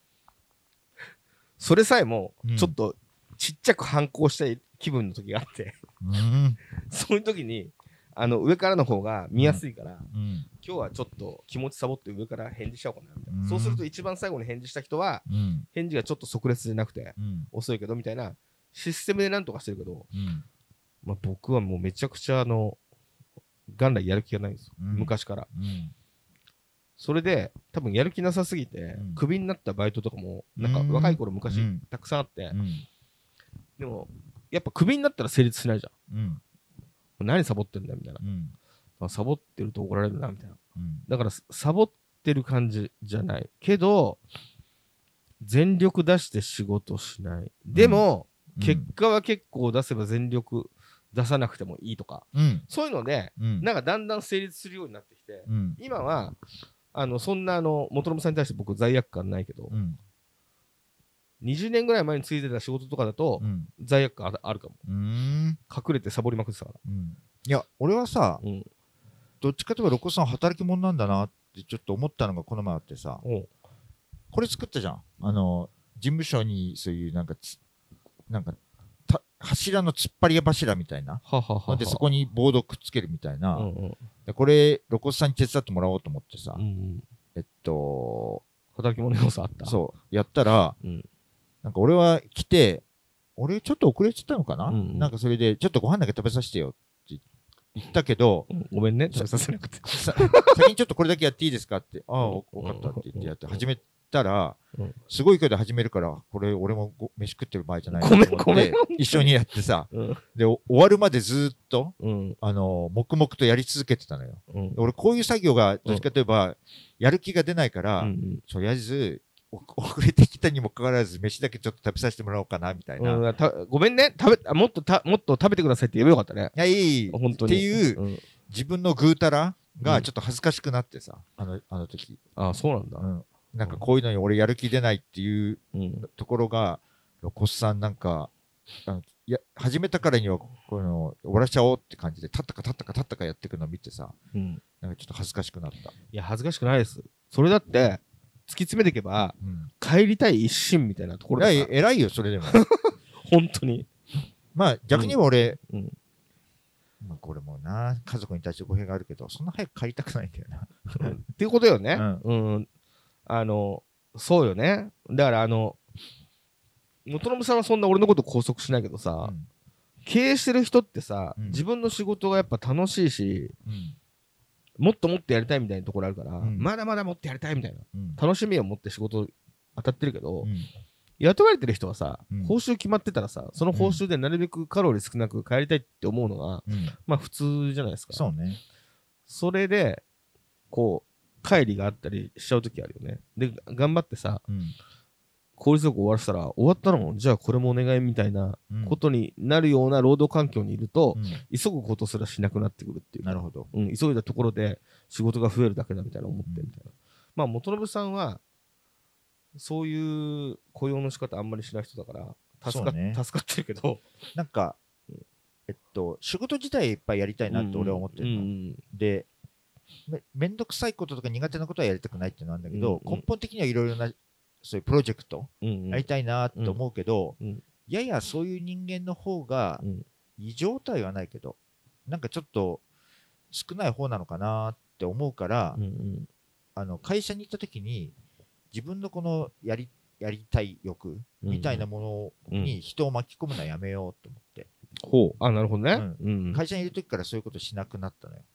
それさえもちょっとちっちゃく反抗したい気分の時があってそういう時に上からの方が見やすいから、今日はちょっと気持ちサボって上から返事しちゃおうかなみたいな。そうすると一番最後に返事した人は、返事がちょっと即レスじゃなくて、遅いけどみたいなシステムでなんとかしてるけど、まあ、僕はもうめちゃくちゃ元来やる気がないんですよ、昔から。それで多分やる気なさすぎて、クビになったバイトとかもなんか若い頃昔たくさんあって、でもやっぱクビになったら成立しないじゃん。何サボってんだよみたいな、サボってると怒られるなみたいな、だからサボってる感じじゃないけど全力出して仕事しない。でも、結果は結構出せば全力出さなくてもいいとか、そういうので、なんかだんだん成立するようになってきて、今はそんな元信さんに対して僕罪悪感ないけど、20年ぐらい前についてた仕事とかだと、罪悪感あるかも。隠れてサボりまくってたから。 いや俺はさ、どっちかといえばロコさん働き者なんだなってちょっと思ったのがこの前あってさ、これ作ったじゃん。事務所にそういうなんか柱の突っ張り柱みたいなでそこにボードくっつけるみたいな、でこれ露骨さんに手伝ってもらおうと思ってさ、 働き者要素あった。 そうやったら、なんか俺は来て、俺ちょっと遅れちゃったのかな、なんかそれでちょっとご飯だけ食べさせてよって言ったけど、 ごめんね食べさせなくて先にちょっとこれだけやっていいですかって、分かったって言ってやって始めたら、 うんすごい勢いで始めるから、これ俺も飯食ってる場合じゃないなと思ってごめん一緒にやってさ、 うんで終わるまでずっとうん黙々とやり続けてたのよ。 うん俺こういう作業がどっちかといえば、やる気が出ないから、 うんとりあえず遅れてきたにもかかわらず飯だけちょっと食べさせてもらおうかなみたいな。 うんごめんね、もっと食べてくださいって言えばよかったね。 いやいい本当に。 っていう、 うん自分のぐうたらがちょっと恥ずかしくなってさ、あの時。 あ、そうなんだ。 なんかこういうのに俺やる気出ないっていううんところが、ロコスさんなんか、始めたからにはこういうのを終わらしちゃおうって感じで、立ったかやっていくのを見てさ、 うんなんかちょっと恥ずかしくなった。 いや、恥ずかしくないです。それだって、突き詰めていけば、 うん帰りたい一心みたいなところいや、 でさ、 偉いよ、それでも。 本当に。 まあ、逆に言えば俺、 うんまあこれもな、家族に対して語弊があるけど、そんな早く帰りたくないんだよな。 っていうことよね。うん。そうよね。だから元信さんはそんな俺のこと拘束しないけどさ、 うん経営してる人ってさ、 うん自分の仕事がやっぱ楽しいし、 うんもっともっとやりたいみたいなところあるから、 んまだまだもっとやりたいみたいな。 うん楽しみを持って仕事当たってるけど、 うん雇われてる人はさ、 うん報酬決まってたらさ、その報酬でなるべくカロリー少なく帰りたいって思うのが、 うんまあ普通じゃないですか。 そうね。 それで、こう、帰りがあったりしちゃうときあるよね。で、頑張ってさ、 うん効率よく終わらせたら、終わったのじゃあこれもお願いみたいなうんことになるような労働環境にいると、 うん急ぐことすらしなくなってくるっていうか。 なるほど。 うん、急いだところで仕事が増えるだけだみたいな思ってみたいな。まあ、元信さんは、そういう雇用の仕方あんまりしない人だから、 そうね助かってるけど、 なんか、仕事自体いっぱいやりたいなって俺は思ってるの。で、めんどくさいこととか苦手なことはやりたくないっていうのはあるんだけど、 うんうん根本的にはいろいろなそういうプロジェクトやりたいなって思うけど、 うんややそういう人間の方がうん異常態はないけど、なんかちょっと少ない方なのかなって思うから、会社に行った時に自分のこのやりたい欲みたいなものに人を巻き込むのはやめようと思って、 ほう、あ、なるほどね。 会社にいる時からそういうことしなくなったのよ。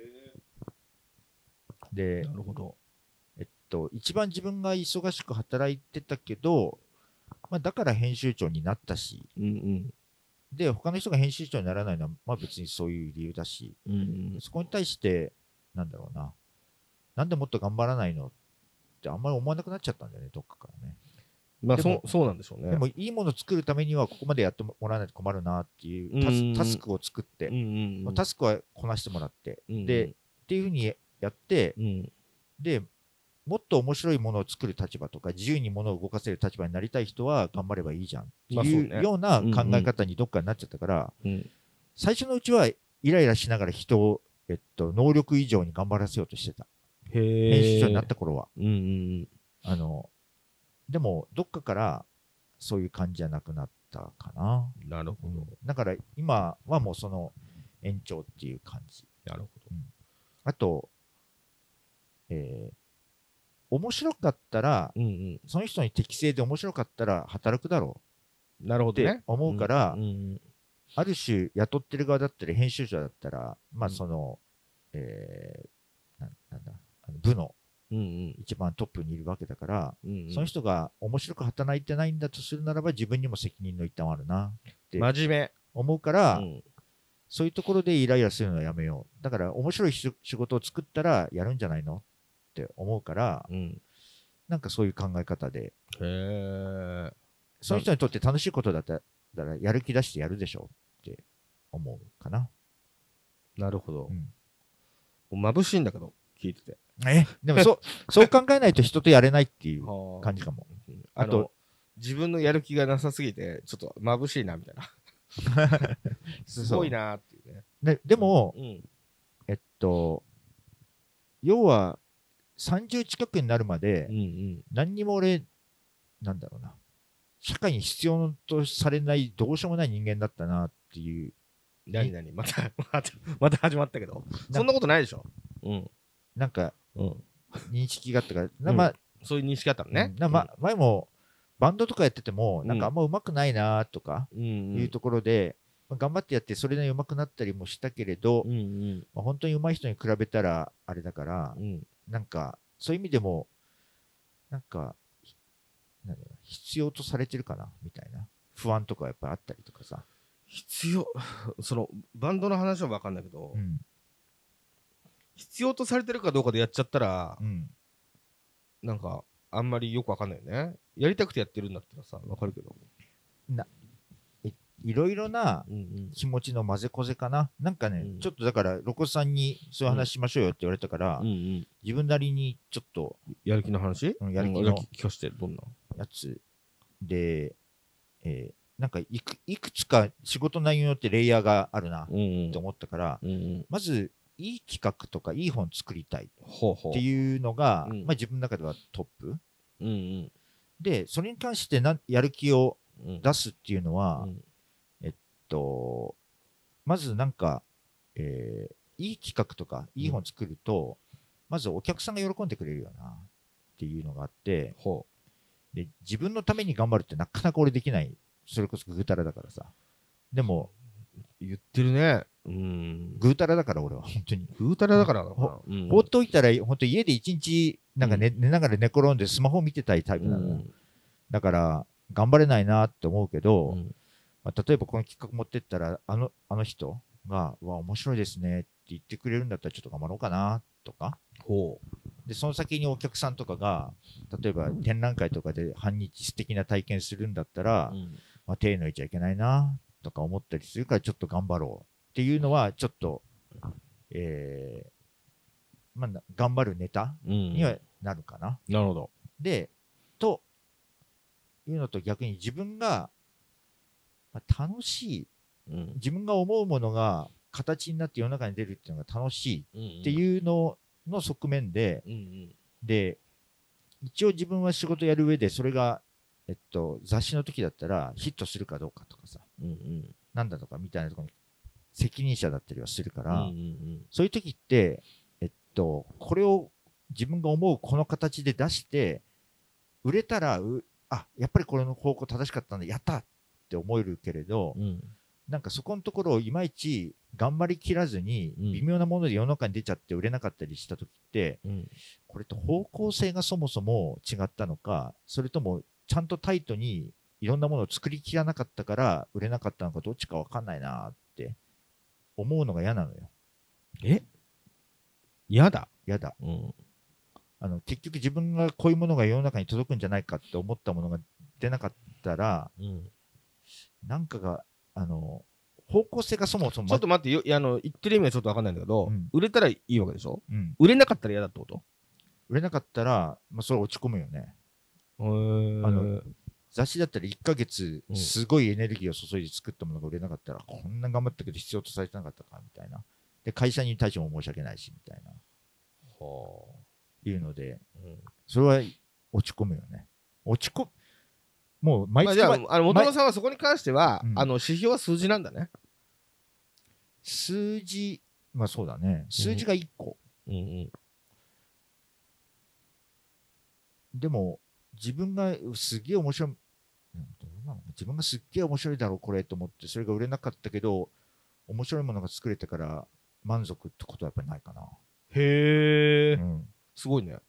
で、 なるほど。 一番自分が忙しく働いてたけど、まあ、だから編集長になったし、で、他の人が編集長にならないのは、まあ別にそういう理由だし、そこに対して、なんだろうな、なんでもっと頑張らないのってあんまり思わなくなっちゃったんだよね、どっかからね。 まあそうなんでしょうね。 でも、いいものを作るためには、ここまでやってもらわないと困るなっていうタスクを作って、タスクはこなしてもらって、で、っていうふうにやって、で、もっと面白いものを作る立場とか自由にものを動かせる立場になりたい人は頑張ればいいじゃんっていうような考え方にどっかになっちゃったから、最初のうちはイライラしながら人を、能力以上に頑張らせようとしてた。編集長になった頃は。でもどっかからそういう感じじゃなくなったかな。 なるほど。 だから今はもうその延長っていう感じ。 なるほど。 あと、面白かったら、その人に適正で面白かったら働くだろうって思うから、ある種雇ってる側だったり編集者だったら、まあその、なんだ部の一番トップにいるわけだから、その人が面白く働いてないんだとするならば自分にも責任の一端はあるなって真面目思うから、そういうところでイライラするのはやめよう。だから面白い仕事を作ったらやるんじゃないのって思うから、なんかそういう考え方で、その人にとって楽しいことだったらやる気出してやるでしょって思うかな。 なるほど。眩しいんだけど、聞いてて。 でもそう考えないと人とやれないっていう感じかも。 あと、自分のやる気がなさすぎて、ちょっと眩しいなみたいな。すごいなっていうね。でも、要は、30近くになるまで、何にも俺、なんだろうな、社会に必要とされないどうしようもない人間だったなっていう。 何また始まったけど。そんなことないでしょ。 なんか、認識があったから、まあ、 そういう認識あったのね。 前もバンドとかやってても、なんかあんま上手くないなとかいうところで、頑張ってやってそれなりに上手くなったりもしたけれど、本当に上手い人に比べたらあれだから、なんかそういう意味でもなんかなんだろう、必要とされてるかなみたいな不安とかやっぱりあったりとかさ。 必要そのバンドの話は分かんないけど、必要とされてるかどうかでやっちゃったら、なんかあんまりよく分かんないよね。やりたくてやってるんだったらさ分かるけど、 いろいろな気持ちの混ぜこぜかな。なんかね、ちょっとだから露骨さんにそういう話しましょうよって言われたから、自分なりにちょっとやる気の話、 やる気の聞かせて、どんなやつで、なんかいくつか仕事内容によってレイヤーがあるなって思ったから、まずいい企画とかいい本作りたいっていうのが、まあ、自分の中ではトップ、でそれに関してやる気を出すっていうのは、まずなんか、いい企画とかいい本作ると、まずお客さんが喜んでくれるよなっていうのがあって、で自分のために頑張るってなかなか俺できない。それこそグータラだからさ。でも言ってるね。 グータラだから俺は本当に。 グータラだから放っておいたら本当家で一日なんか寝ながら寝転んでスマホ見てたいタイプなの。だから頑張れないなって思うけど、まあ、例えばこの企画持ってったらあの人が「わ面白いですね」って言ってくれるんだったらちょっと頑張ろうかなとか。でその先にお客さんとかが例えば展覧会とかで半日素敵な体験するんだったら、まあ、手抜いちゃいけないなとか思ったりするからちょっと頑張ろうっていうのはちょっと、まあ、頑張るネタにはなるかな。 なるほど。 でというのと逆に自分が、まあ、楽しい、自分が思うものが形になって世の中に出るっていうのが楽しいっていうのの側面で、で一応自分は仕事やる上でそれが、雑誌の時だったらヒットするかどうかとかさ、なんだとかみたいなところに責任者だったりはするから、そういう時って、これを自分が思うこの形で出して売れたらやっぱりこれの方向正しかったんでやったって思えるけれど、なんかそこのところをいまいち頑張りきらずに微妙なもので世の中に出ちゃって売れなかったりした時って、これと方向性がそもそも違ったのか、それともちゃんとタイトにいろんなものを作りきらなかったから売れなかったのか、どっちか分かんないなって思うのが嫌なのよ。 嫌だ。 結局自分がこういうものが世の中に届くんじゃないかって思ったものが出なかったら、なんかが方向性がそもそもちょっと待ってよ、言ってる意味はちょっと分かんないんだけど、売れたらいいわけでしょ、売れなかったら嫌だってこと？ 売れなかったら、まあ、それ落ち込むよね。雑誌だったら1ヶ月すごいエネルギーを注いで作ったものが売れなかったら、こんな頑張ったけど必要とされてなかったかみたいな。で会社に対しても申し訳ないしみたいないうので、それは落ち込むよね。もう毎月、じゃあ元野さんはそこに関しては、指標は数字なんだね。 数字、まあそうだね。数字が1個。でも自分がすげえ面白い、自分がすっげえ面白いだろうこれと思ってそれが売れなかったけど面白いものが作れてから満足ってことはやっぱりないかな。 へえ、すごいね。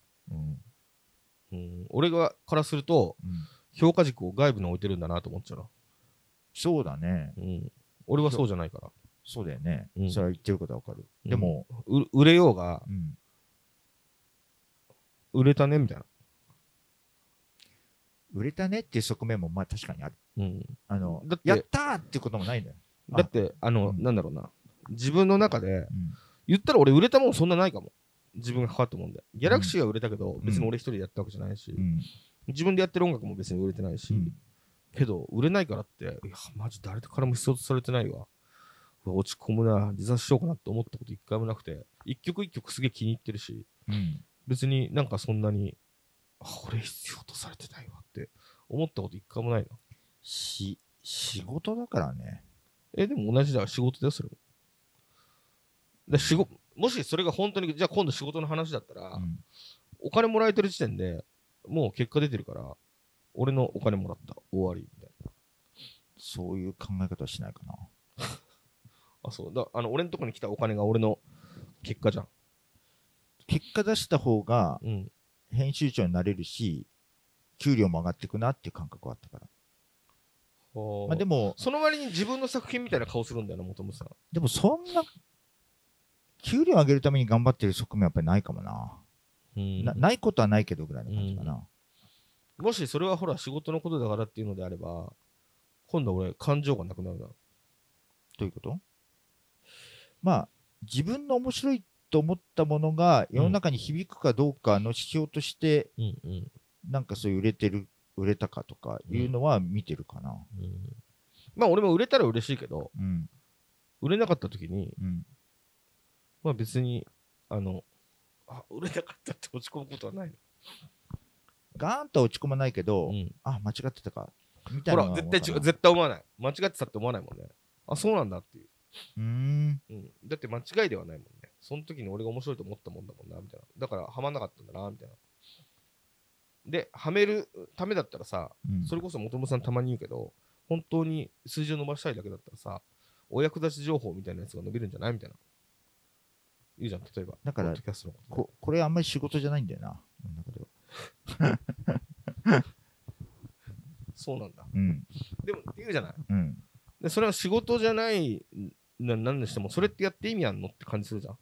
俺からすると、評価軸を外部に置いてるんだなと思っちゃうな。 そうだね。 俺はそうじゃないから。 そうだよね。それは言ってることはわかる。でも売れようが、売れたねみたいな。 売れたねっていう側面もまあ確かにある。 だってやったーっていうこともないんだよ。 だってなんだろうな、自分の中で、言ったら俺売れたもんそんなないかも。自分が関わったもんで。ギャラクシーは売れたけど、別に俺一人でやったわけじゃないし、自分でやってる音楽も別に売れてないし、けど売れないからって、いやマジ誰からも必要とされてないわ。落ち込むな、自殺しようかなって思ったこと一回もなくて、一曲一曲すげえ気に入ってるし、別になんかそんなに俺必要とされてないわって思ったこと一回もないな。 仕事だからね。 でも同じだ、仕事だよそれも。もしそれが本当にじゃあ今度仕事の話だったら、お金もらえてる時点でもう結果出てるから俺のお金もらった終わりみたいな、 そういう考え方はしないかな。 そうだ、俺のとこに来たお金が俺の結果じゃん。 結果出した方が編集長になれるし、 給料も上がっていくなっていう感覚はあったから。まあ、でもその割に自分の作品みたいな顔するんだよな、元々さん。 でもそんな給料上げるために頑張ってる側面はやっぱりないかもな。ないことはないけどぐらいの感じかな。 もしそれはほら仕事のことだからっていうのであれば、今度は俺感情がなくなるな。どういうこと？まあ自分の面白いと思ったものが世の中に響くかどうかの指標として、なんかそういう売れたかとかいうのは見てるかな。 まあ俺も売れたら嬉しいけど、売れなかった時に、まあ別に売れなかったって落ち込むことはないの。 ガーンと落ち込まないけど、間違ってたかみたいな。 ほら絶対思わない。間違ってたって思わないもんね。あ、そうなんだっていう。だって間違いではないもんね。その時に俺が面白いと思ったもんだもんなみたいな。だからハマんなかったんだなみたいな。ではめるためだったらさ、それこそ元々さんたまに言うけど、本当に数字を伸ばしたいだけだったらさ、お役立ち情報みたいなやつが伸びるんじゃないみたいな言うじゃん。例えばだからこれあんまり仕事じゃないんだよな。 そうなんだ。でも言うじゃない。でそれは仕事じゃないなんにしても、それってやって意味あんのって感じするじゃん。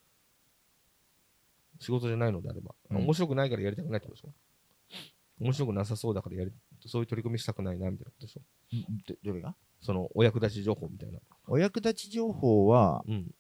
仕事じゃないのであれば、面白くないからやりたくないってことでしょ。面白くなさそうだからそういう取り組みしたくないなみたいなことでしょ。 どれが？ そのお役立ち情報みたいな。 お役立ち情報は、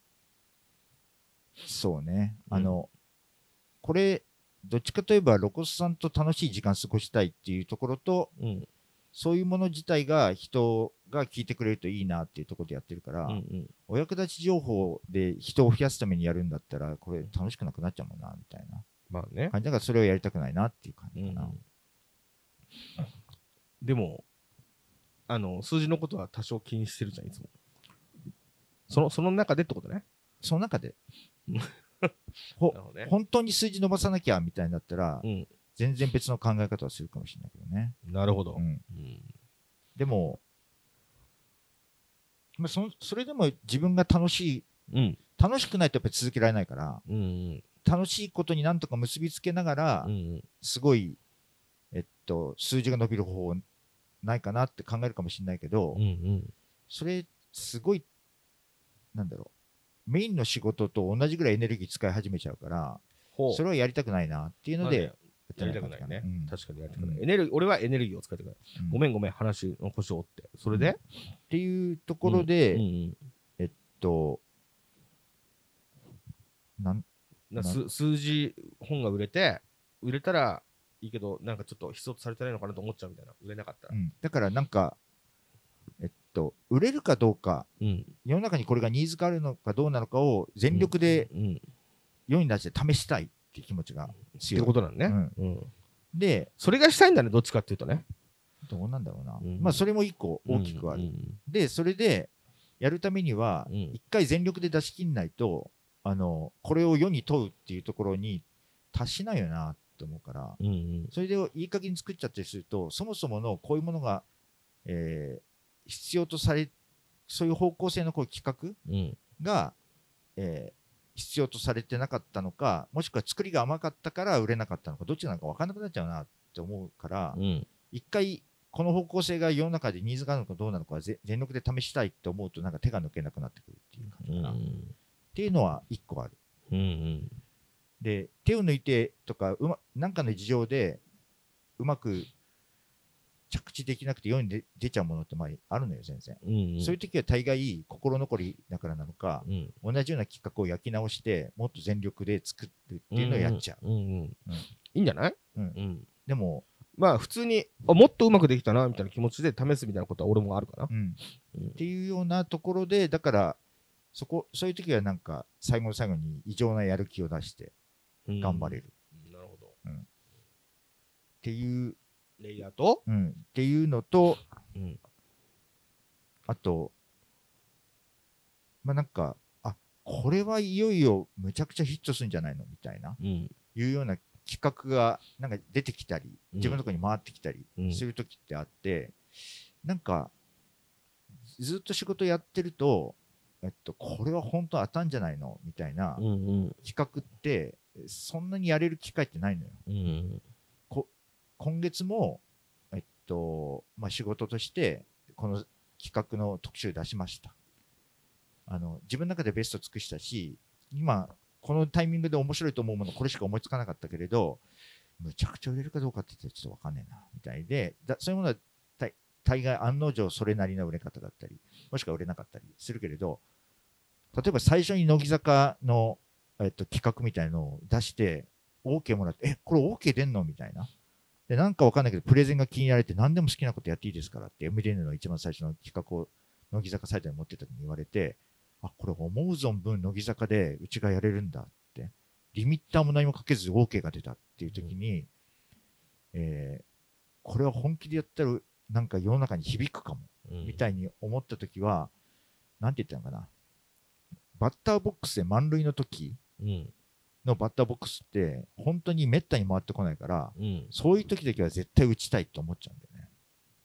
そうね。これどっちかといえば露骨さんと楽しい時間過ごしたいっていうところと、そういうもの自体が人が聞いてくれるといいなっていうところでやってるから、お役立ち情報で人を増やすためにやるんだったらこれ楽しくなくなっちゃうもんなみたいな感じだから、それをやりたくないなっていう感じかな。 でも数字のことは多少気にしてるじゃんいつも。その中でってことね。 その中で本当に数字伸ばさなきゃみたいになったら、全然別の考え方をするかもしれないけどね。 なるほど。 でも、それでも自分が楽しくないとやっぱり続けられないから、楽しいことになんとか結びつけながら、すごい、数字が伸びる方法ないかなって考えるかもしれないけど、それすごいなんだろう、メインの仕事と同じぐらいエネルギー使い始めちゃうから、それはやりたくないなっていうので、 やりたくないね。確かにやりたくない。俺はエネルギーを使いたくない。ごめん、話の腰を折って。それでっていうところで、 数字本が売れたらいいけど、なんかちょっと必要とされてないのかなと思っちゃうみたいな。売れなかったら。 だからなんか、売れるかどうか、世の中にこれがニーズがあるのかどうなのかを全力で世に出して試したいっていう気持ちが強いってことなんね。 で、 それがしたいんだね、どっちかっていうとね。 どうなんだろうな。まあそれも一個大きくある。で、それでやるためには一回全力で出し切んないと、これを世に問うっていうところに達しないよなって思うから、それでいい加減に作っちゃったりすると、そもそものこういうものが、必要とされ、そういう方向性のこう企画が、必要とされてなかったのか、もしくは作りが甘かったから売れなかったのか、どっちなのか分からなくなっちゃうなって思うから、一回この方向性が世の中でニーズがあるのかどうなのか全力で試したいって思うと、なんか手が抜けなくなってくるっていう感じかな、っていうのは一個ある。で、手を抜いてとか何かの事情でうまく着地できなくて世に出ちゃうものってあるのよ、全然。そういう時は大概心残りだからなのか、同じような企画を焼き直してもっと全力で作るっていうのをやっちゃう。いいんじゃない？ でもまあ普通にもっとうまくできたなみたいな気持ちで試すみたいなことは俺もあるかな。 っていうようなところで、だからそういう時はなんか最後の最後に異常なやる気を出して頑張れる。 なるほど。 っていうレイヤーと、 っていうのと、あと、まあなんか、これはいよいよむちゃくちゃヒットするんじゃないのみたいな、いうような企画がなんか出てきたり、自分のところに回ってきたりする時ってあって、なんか、ずっと仕事やってると、これは本当当たんじゃないのみたいな企画って、そんなにやれる機会ってないのよ。 今月も、仕事としてこの企画の特集出しました。自分の中でベスト尽くしたし、今このタイミングで面白いと思うものこれしか思いつかなかったけれど、むちゃくちゃ売れるかどうかって言ったらちょっと分かんねえなみたいで、そういうものは大概案の定それなりの売れ方だったり、もしくは売れなかったりするけれど、例えば最初に乃木坂の、企画みたいのを出して OK もらって、これ OK 出んのみたいな。で、なんかわかんないけどプレゼンが気に入られて、何でも好きなことやっていいですからって MDN の一番最初の企画を乃木坂サイトに持ってた時に言われて、これ思う存分乃木坂でうちがやれるんだって、リミッターも何もかけず OK が出たっていう時に、これは本気でやったらなんか世の中に響くかも、みたいに思った時は、なんて言ったのかな、バッターボックスで満塁の時のバッターボックスって本当にめったに回ってこないから、そういう時だけは絶対打ちたいって思っちゃうんだよね。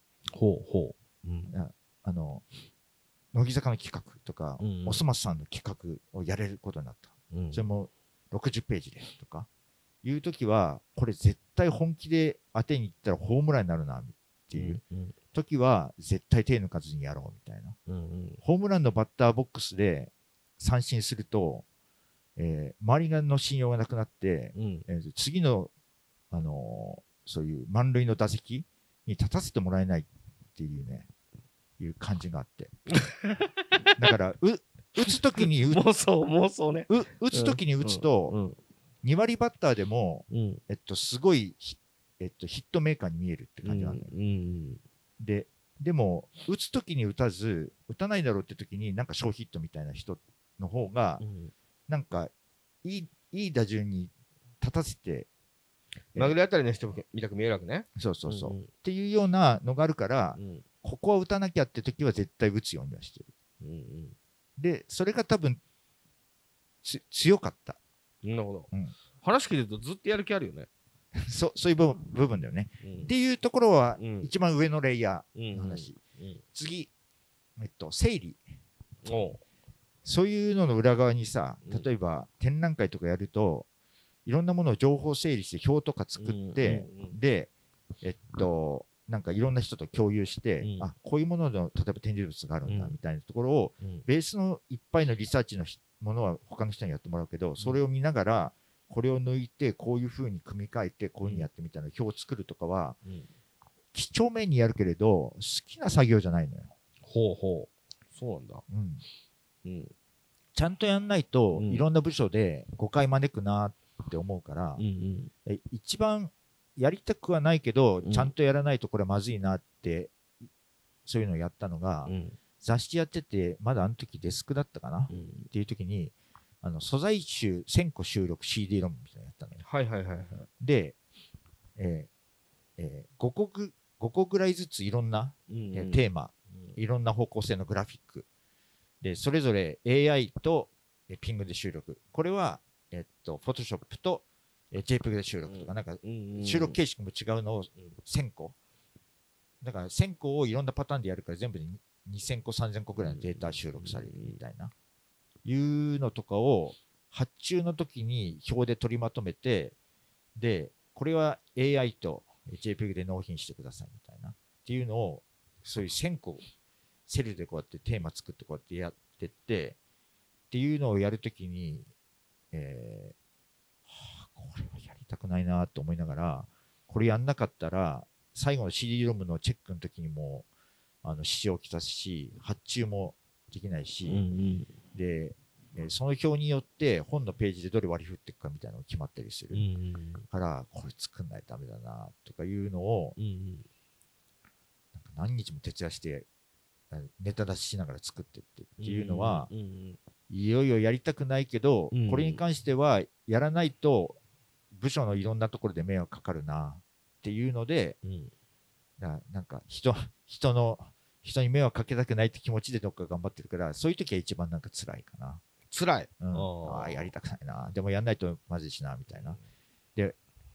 乃木坂の企画とか、おそ松さんの企画をやれることになった、それも60ページでとかいう時は、これ絶対本気で当てに行ったらホームランになるなっていう時は絶対手抜かずにやろうみたいな、ホームランのバッターボックスで三振すると、周りの信用がなくなって、次の、そういう満塁の打席に立たせてもらえないっていうね、いう感じがあってだから打つ時に妄想ね。 打つ時に打つと、2割バッターでも、すごいヒットメーカーに見えるって感じなんだよ。でも打つ時に打たず、打たないだろうって時になんか小ヒットみたいな人の方が、なんかいい打順に立たせて、 まぐれあたりの人みたく見えるわけね。 そうっていうようなのがあるから、ここは打たなきゃって時は絶対打つようにはしてる。でそれが多分強かった。 なるほど。話聞いてるとずっとやる気あるよね。 そういう部分だよね。っていうところは一番上のレイヤーの話。次、整理。そういうのの裏側にさ、例えば展覧会とかやると、いろんなものを情報整理して表とか作って、で、なんかいろんな人と共有して、こういうものの例えば展示物があるんだみたいなところを、ベースのいっぱいのリサーチのものは他の人にやってもらうけど、それを見ながらこれを抜いてこういうふうに組み替えてこういうふうにやってみたいな表を作るとかは、几帳面にやるけれど好きな作業じゃないのよ。 そうなんだ。 ちゃんとやんないと、いろんな部署で誤解招くなって思うから、一番やりたくはないけど、ちゃんとやらないとこれまずいなって、そういうのをやったのが、雑誌やってて、まだあの時デスクだったかな、っていう時に、素材集1000個収録 CD ロムみたいなのやったのよ。で、5個ぐらいずついろんな、テーマ、いろんな方向性のグラフィックで、それぞれ AI とピングで収録。これは、Photoshop と JPEG で収録とか、なんか収録形式も違うのを1000個。だから1000個をいろんなパターンでやるから全部で2000個、3000個ぐらいのデータ収録されるみたいな。いうのとかを発注の時に表で取りまとめて、で、これは AI と JPEG で納品してくださいみたいな。っていうのを、そういう1000個、セルでこうやってテーマ作ってこうやってやってってっていうのをやるときに、これはやりたくないなと思いながら、これやんなかったら最後の CD ロムのチェックの時にも支障をきたすし、発注もできないし、でその表によって本のページでどれ割り振っていくかみたいなのが決まったりするから、これ作んないとダメだなとかいうのを、なんか何日も徹夜してネタ出ししながら作ってっていうのは、いよいよやりたくないけど、これに関してはやらないと部署のいろんなところで迷惑かかるなっていうので、なんか人に迷惑かけたくないって気持ちでどっか頑張ってるから、そういう時は一番なんか辛いかな。 辛い、 やりたくないな、でもやんないとまずいしなみたいな。で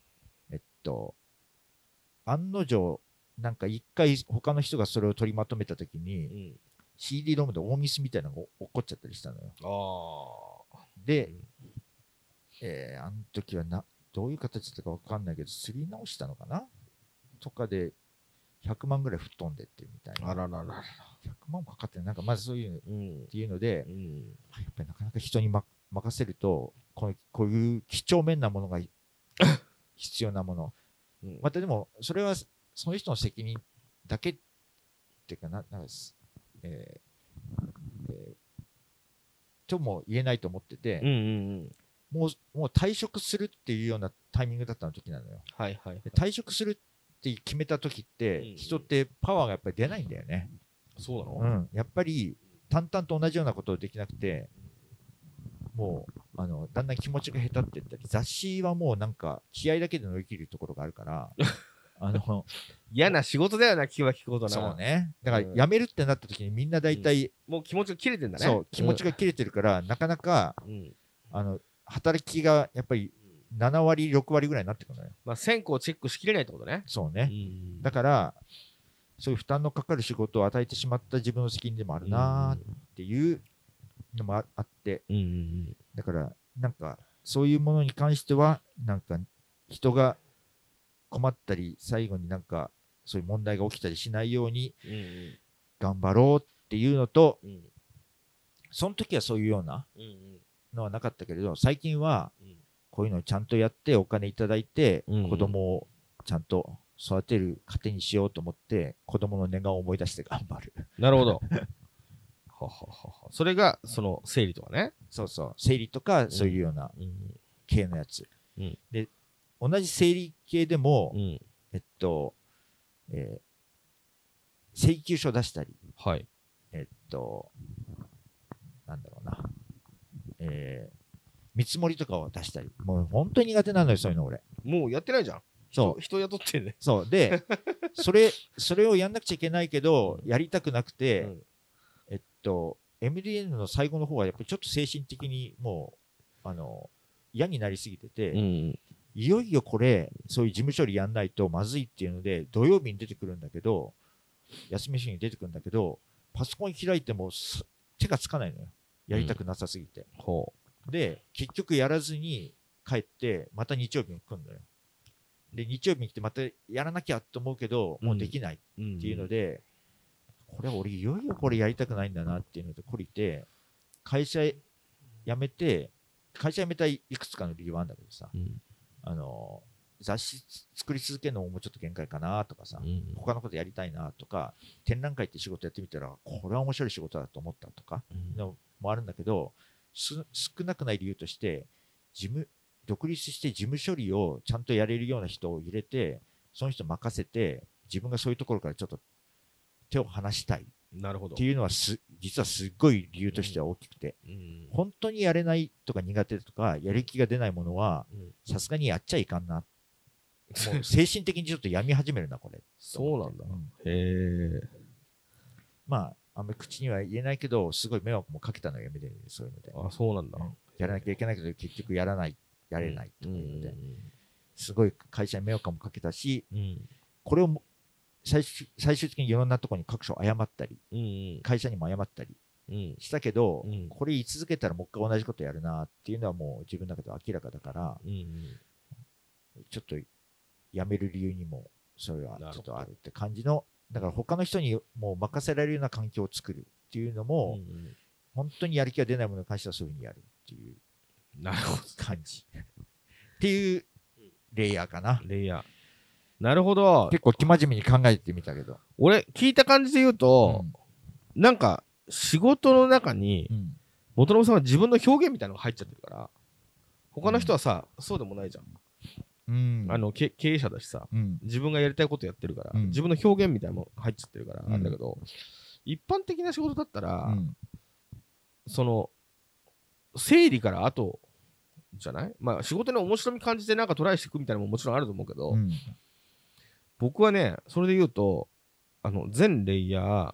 案の定なんか一回他の人がそれを取りまとめた時に、CD ロムで大ミスみたいなのが起こっちゃったりしたのよ。で、あの時はどういう形だったか分かんないけど、すり直したのかな。 とかで100万ぐらい吹っ飛んでってみたいな。 あらららら。 100万もかかってなんかまずそういううんっていうので、 うん。 やっぱりなかなか人に、任せるとこういう几帳面なものが必要なもの、またでもそれはその人の責任だけっていうかなんか、とも言えないと思ってて、 うんうんうん。 もう退職するっていうようなタイミングだったの時なのよ。 はいはい。 で退職するって決めた時って、 うん人ってパワーがやっぱり出ないんだよね。 そうなの？ やっぱり淡々と同じようなことをできなくて、もうだんだん気持ちが下手っていったり、雑誌はもうなんか気合だけで乗り切るところがあるから嫌な仕事だよな、聞くことな。 そうね。だから辞めるってなった時にみんな大体、 もう気持ちが切れてんだね。 そう気持ちが切れてるから、なかなか働きがやっぱり7割6割ぐらいになってくるのよ。 まあ線香をチェックしきれないってことね。 そうね。だからそういう負担のかかる仕事を与えてしまった自分の責任でもあるなっていうのもあって、だからなんかそういうものに関してはなんか人が困ったり最後になんかそういう問題が起きたりしないように頑張ろうっていうのと、その時はそういうようなのはなかったけれど、最近はこういうのをちゃんとやってお金いただいて子供をちゃんと育てる糧にしようと思って子供の寝顔を思い出して頑張る。 なるほど。それがその生理とかね。 そうそう、生理とかそういうような系のやつ、で同じ生理系でも、請求書出したり、 はい、 なんだろうな、見積もりとかを出したり、もう本当に苦手なのよそういうの俺。 もうやってないじゃん。 そう人雇ってね。 そうでそれをやんなくちゃいけないけど、やりたくなくて、MDN の最後の方はやっぱりちょっと精神的にもう嫌になりすぎてて、いよいよこれそういう事務処理やんないとまずいっていうので土曜日に出てくるんだけど、休みの日に出てくるんだけど、パソコン開いても手がつかないのよ、やりたくなさすぎて、で結局やらずに帰ってまた日曜日に来るのよ。で日曜日に来てまたやらなきゃと思うけどもうできないっていうので、これ俺いよいよこれやりたくないんだなっていうので懲りて会社辞めて、会社辞めたいくつかの理由はあるんだけどさ、雑誌作り続けるのももうちょっと限界かなとかさ、他のことやりたいなとか、展覧会って仕事やってみたらこれは面白い仕事だと思ったとかのもあるんだけど、少なくない理由として独立して事務処理をちゃんとやれるような人を入れて、その人任せて自分がそういうところからちょっと手を離したいっていうのは実はすっごい理由としては大きくて、本当にやれないとか苦手とかやる気が出ないものはさすがにやっちゃいかんな、もう精神的にちょっと病み始めるなこれ。 そうなんだ。へえ。 まああんまり口には言えないけど、すごい迷惑もかけたのよ、MDNでそういうので。 あ、そうなんだ。 やらなきゃいけないけど結局やれないというので、すごい会社に迷惑もかけたし、これを最終的にいろんなところに各所謝ったり、会社にも謝ったりしたけど、これ言い続けたらもう一回同じことやるなっていうのはもう自分の中で明らかだから、ちょっと辞める理由にもそれはちょっとあるって感じの、だから他の人にもう任せられるような環境を作るっていうのも、本当にやる気が出ないものに関してはそういうふうにやるっていう感じっていうレイヤーかな。 なるほど。 結構生真面目に考えてみたけど、 俺聞いた感じで言うと、なんか仕事の中に元信さんは自分の表現みたいなのが入っちゃってるから、他の人はさ、そうでもないじゃん。経営者だしさ、自分がやりたいことやってるから、自分の表現みたいなのも入っちゃってるからなんだけど、一般的な仕事だったら、その整理から後じゃない？まあ仕事の面白み感じてなんかトライしていくみたいなのももちろんあると思うけど、僕はね、それで言うと全レイヤー、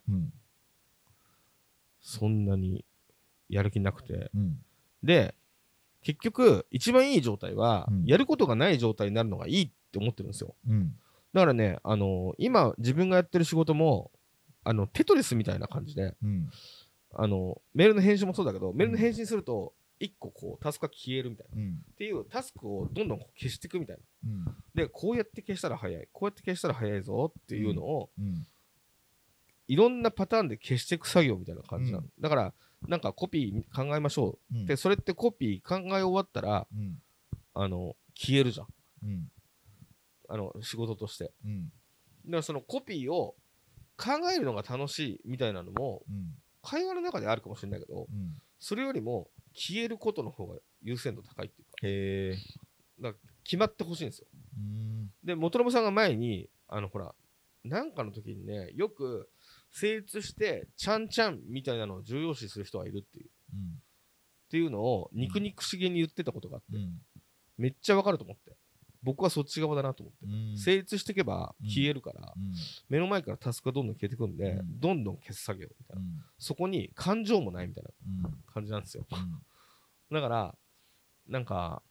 そんなにやる気なくて、で結局一番いい状態は、やることがない状態になるのがいいって思ってるんですよ。だからね、今自分がやってる仕事もテトリスみたいな感じで、メールの返信もそうだけど、メールの返信すると 1個こうタスクが消えるみたいな、 うんっていうタスクをどんどん消していくみたいな。 うんでこうやって消したら早い、こうやって消したら早いぞっていうのを、 うんいろんなパターンで消していく作業みたいな感じなの、 うんだからなんかコピー考えましょう、 うんでそれってコピー考え終わったらうん消えるじゃん、 うん仕事として。 うんだからそのコピーを考えるのが楽しいみたいなのもうん会話の中であるかもしれないけど、 うんそれよりも消えることの方が優先度高いっていうか、 へえだから決まってほしいんですよ。 うんで元信さんが前にほらなんかの時にね、よく成立してちゃんちゃんみたいなのを重要視する人がいるっていうのを肉肉しげに言ってたことがあって、 うんめっちゃわかると思って、僕はそっち側だなと思って、 うん成立していけば消えるから、 うん目の前からタスクがどんどん消えていくんで、 うんどんどん消す作業みたいな、 うんそこに感情もないみたいなうん感じなんですよ。 うんだからなんか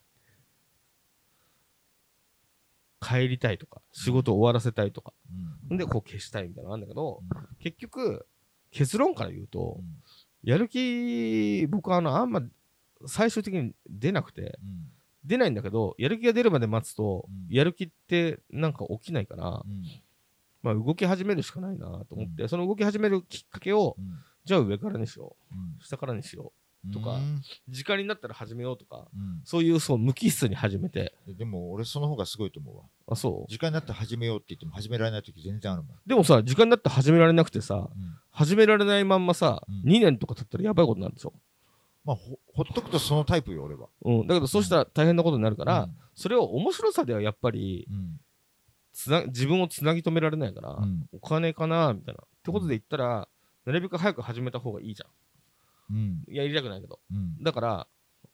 帰りたいとか仕事終わらせたいとか、 うんでこう消したいみたいなのあるんだけど、 うん結局結論から言うと、 うんやる気僕はあんま最終的に出なくて、 うん出ないんだけどやる気が出るまで待つと、 うんやる気ってなんか起きないから、 うんまあ動き始めるしかないなと思って、その動き始めるきっかけを、 うんじゃあ上からにしようんう下からにしよとかうんう、時間になったら始めようとか、 うんそういう無機質に始めて。 でも俺その方がすごいと思うわ。 あ、そう時間になって始めようって言っても始められない時全然あるもん。 でもさ、時間になって始められなくてさ、 うん始められないまんまさ、 うん 2年とか経ったらやばいことになるでしょ。 まあほっとくとそのタイプよ俺は。 うん、だけどそうしたら大変なことになるから、 うんそれを面白さではやっぱりうん自分をつなぎ止められないから、 うんお金かなみたいなってことで言ったら、なるべく早く始めた方がいいじゃうんん。やりたくないけど、 うんだから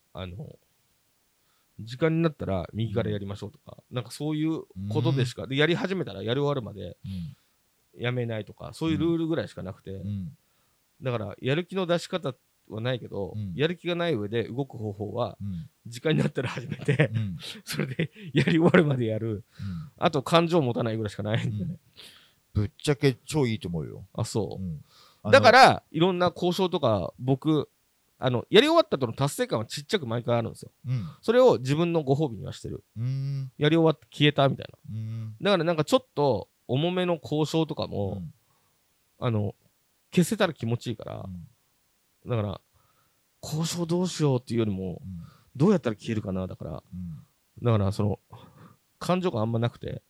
時間になったら右からやりましょうとか、なんかそういうことでしか、でやり始めたらやり終わるまでうんやめないとか、そういうルールぐらいしかなくて、 うんだからやる気の出し方はないけど、 うんやる気がない上で動く方法はうん時間になったら始めて、 うんそれでやり終わるまでやる、あと感情持たないぐらいしかないんでね、 ぶっちゃけ超いいと思うよ。 あ、そう、 うんだからいろんな交渉とか僕やり終わった後の達成感はちっちゃく毎回あるんですよ。 うんそれを自分のご褒美にはしてる。 うんやり終わって消えたみたいな。 うんだからなんかちょっと重めの交渉とかも、消せたら気持ちいいから、だから交渉どうしようっていうよりもどうやったら消えるかな、だからその感情があんまなくて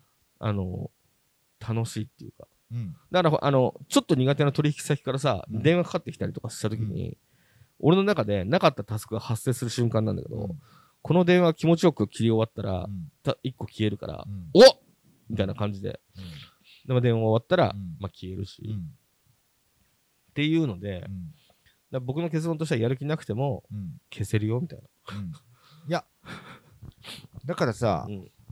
楽しいっていうか、だからちょっと苦手な取引先からさ、電話かかってきたりとかした時に、俺の中でなかったタスクが発生する瞬間なんだけど、この電話気持ちよく切り終わったら、1個消えるから、おっみたいな感じで、でも電話終わったら、まあ消えるし、っていうので、だから僕の結論としてはやる気なくても消せるよみたいな。 いやだからさ、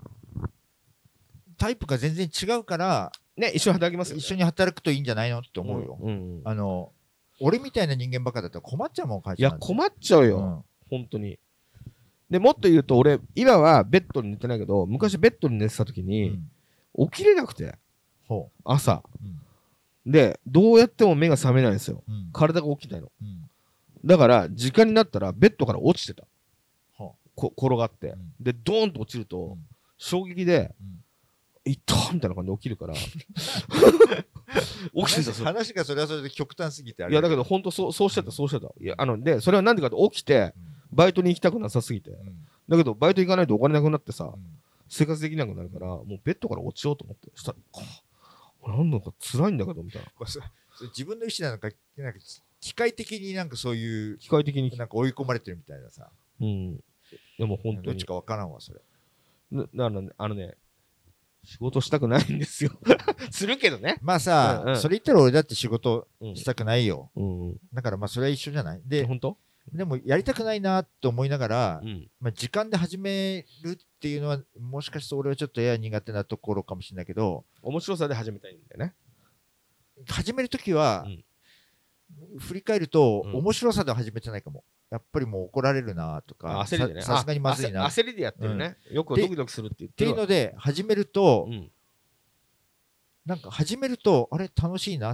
タイプが全然違うからね、一緒に働きますよね。 一緒に働くといいんじゃないのって思うよ。俺みたいな人間ばっかだったら困っちゃうもん、会社なんて。 いや、困っちゃうよ、本当に。でもっと言うと、俺今はベッドに寝てないけど、昔ベッドに寝てた時に、起きれなくて、朝、でどうやっても目が覚めないんですよ、体が起きないの、だから時間になったらベッドから落ちてた、転がって、でドーンと落ちると、衝撃で、いったみたいな感じで起きるから起きてた。 話がそれはそれで極端すぎてあれ。 いやだけど本当そうしてた。いやでそれはなんでかって起きて、バイトに行きたくなさすぎて、だけどバイト行かないとお金なくなってさ、生活できなくなるから、もうベッドから落ちようと思って、したらなんだか辛いんだけどみたいな。 自分の意思なのか、なんか機械的になんかそういう機械的になんか追い込まれてるみたいなさ。 でも本当にどっちかわからんわそれ。 だからね、仕事したくないんですよするけどね。 まあさ、それ言ったら俺だって仕事したくないよ、だからまあそれは一緒じゃない。で本当でもやりたくないなって思いながら、まあ、時間で始めるっていうのはもしかして俺はちょっとやや苦手なところかもしれないけど、 面白さで始めたいんだよね。 始めるときは、振り返ると、面白さで始めてないかも。やっぱりもう怒られるなとか、 焦りでね、 さすがにまずいな焦りでやってるね、よくドキドキするって言ってるっていうので始めると、なんか始めるとあれ楽しいなっ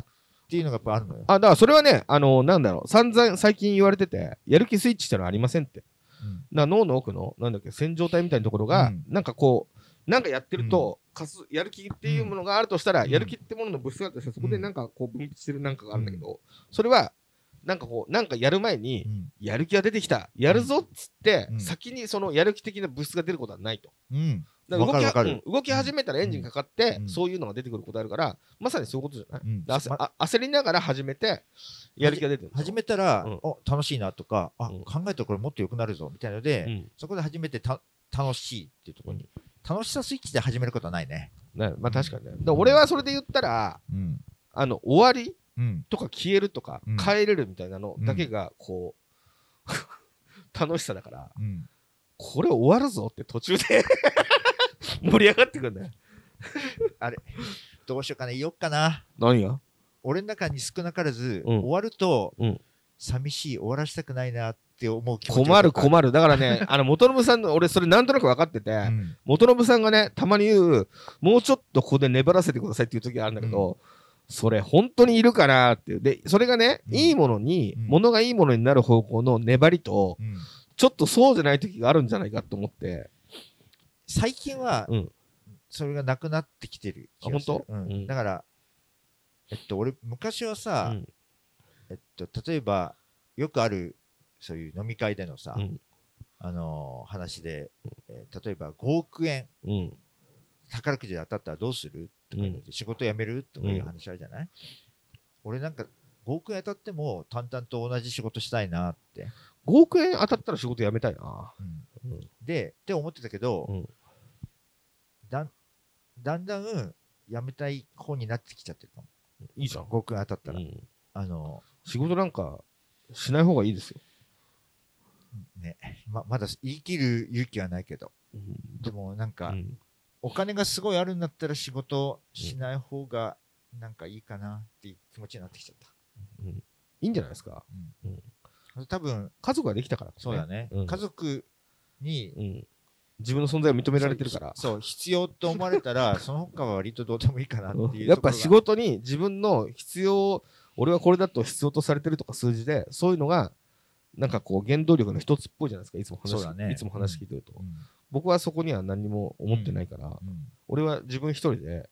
っていうのがやっぱあるのよ。 だからそれはね、なんだろう、散々最近言われてて、やる気スイッチってのはありませんって。だから脳の奥の、なんだっけ、線状体みたいなところが、なんかこう、なんかやってると、やる気っていうものがあるとしたら、やる気ってものの物質があってそこでなんかこう分泌してるなんかがあるんだけど、それは、なんかこう、なんかやる前に、やる気が出てきた、やるぞっつって、先にそのやる気的な物質が出ることはないと。だから動き始めたらエンジンかかって、そういうのが出てくることあるから、まさにそういうことじゃない、焦りながら始めて、やる気が出てる。 始めたら、楽しいなとか、考えたらこれもっと良くなるぞみたいなので、そこで初めて楽しいっていうところに、楽しさスイッチで始めることはないね。 まあ確かにね。俺はそれで言ったら、終わりとか消えるとか、帰れるみたいなのだけが、こう、楽しさだから、これ終わるぞって途中で盛り上がってくるんだよ。 あれ、どうしようかな、言おっかな。 何が？ 俺の中に少なからず、終わると、寂しい、終わらせたくないなって思う気持ちが困る。だからね、元信さんの、俺それなんとなく分かってて、元信さんがね、たまに言う、もうちょっとここで粘らせてくださいっていう時があるんだけど、それ本当にいるかなっていう。で、それがね、いいものに、物がいいものになる方向の粘りと、ちょっとそうじゃない時があるんじゃないかと思って。 最近は、それがなくなってきてる気がする。 本当？ だから、俺、昔はさ、例えば、よくある、そういう飲み会でのさ、話で、例えば5億円、宝くじで当たったらどうするとか言って、仕事辞めるとかいう話あるじゃない？俺なんか、5億円当たっても淡々と同じ仕事したいなって。 5億円当たったら仕事辞めたいな。 で、って思ってたけど、だんだん辞めたい方になってきちゃってるかも。 いいじゃん。 5億円当たったら。 仕事なんかしない方がいいですよ。 ね、まだ言い切る勇気はないけど。でもなんか、お金がすごいあるんだったら仕事しない方がなんかいいかなっていう気持ちになってきちゃった。 いいんじゃないですか。 多分、 家族ができたから。 そうだね。家族に、 自分の存在を認められてるから。 そう、必要と思われたら、その他は割とどうでもいいかなっていう。 やっぱ仕事に自分の必要、俺はこれだと必要とされてるとか数字で、そういうのが、なんかこう原動力の一つっぽいじゃないですか、いつも話聞いてると。僕はそこには何も思ってないから、俺は自分一人で、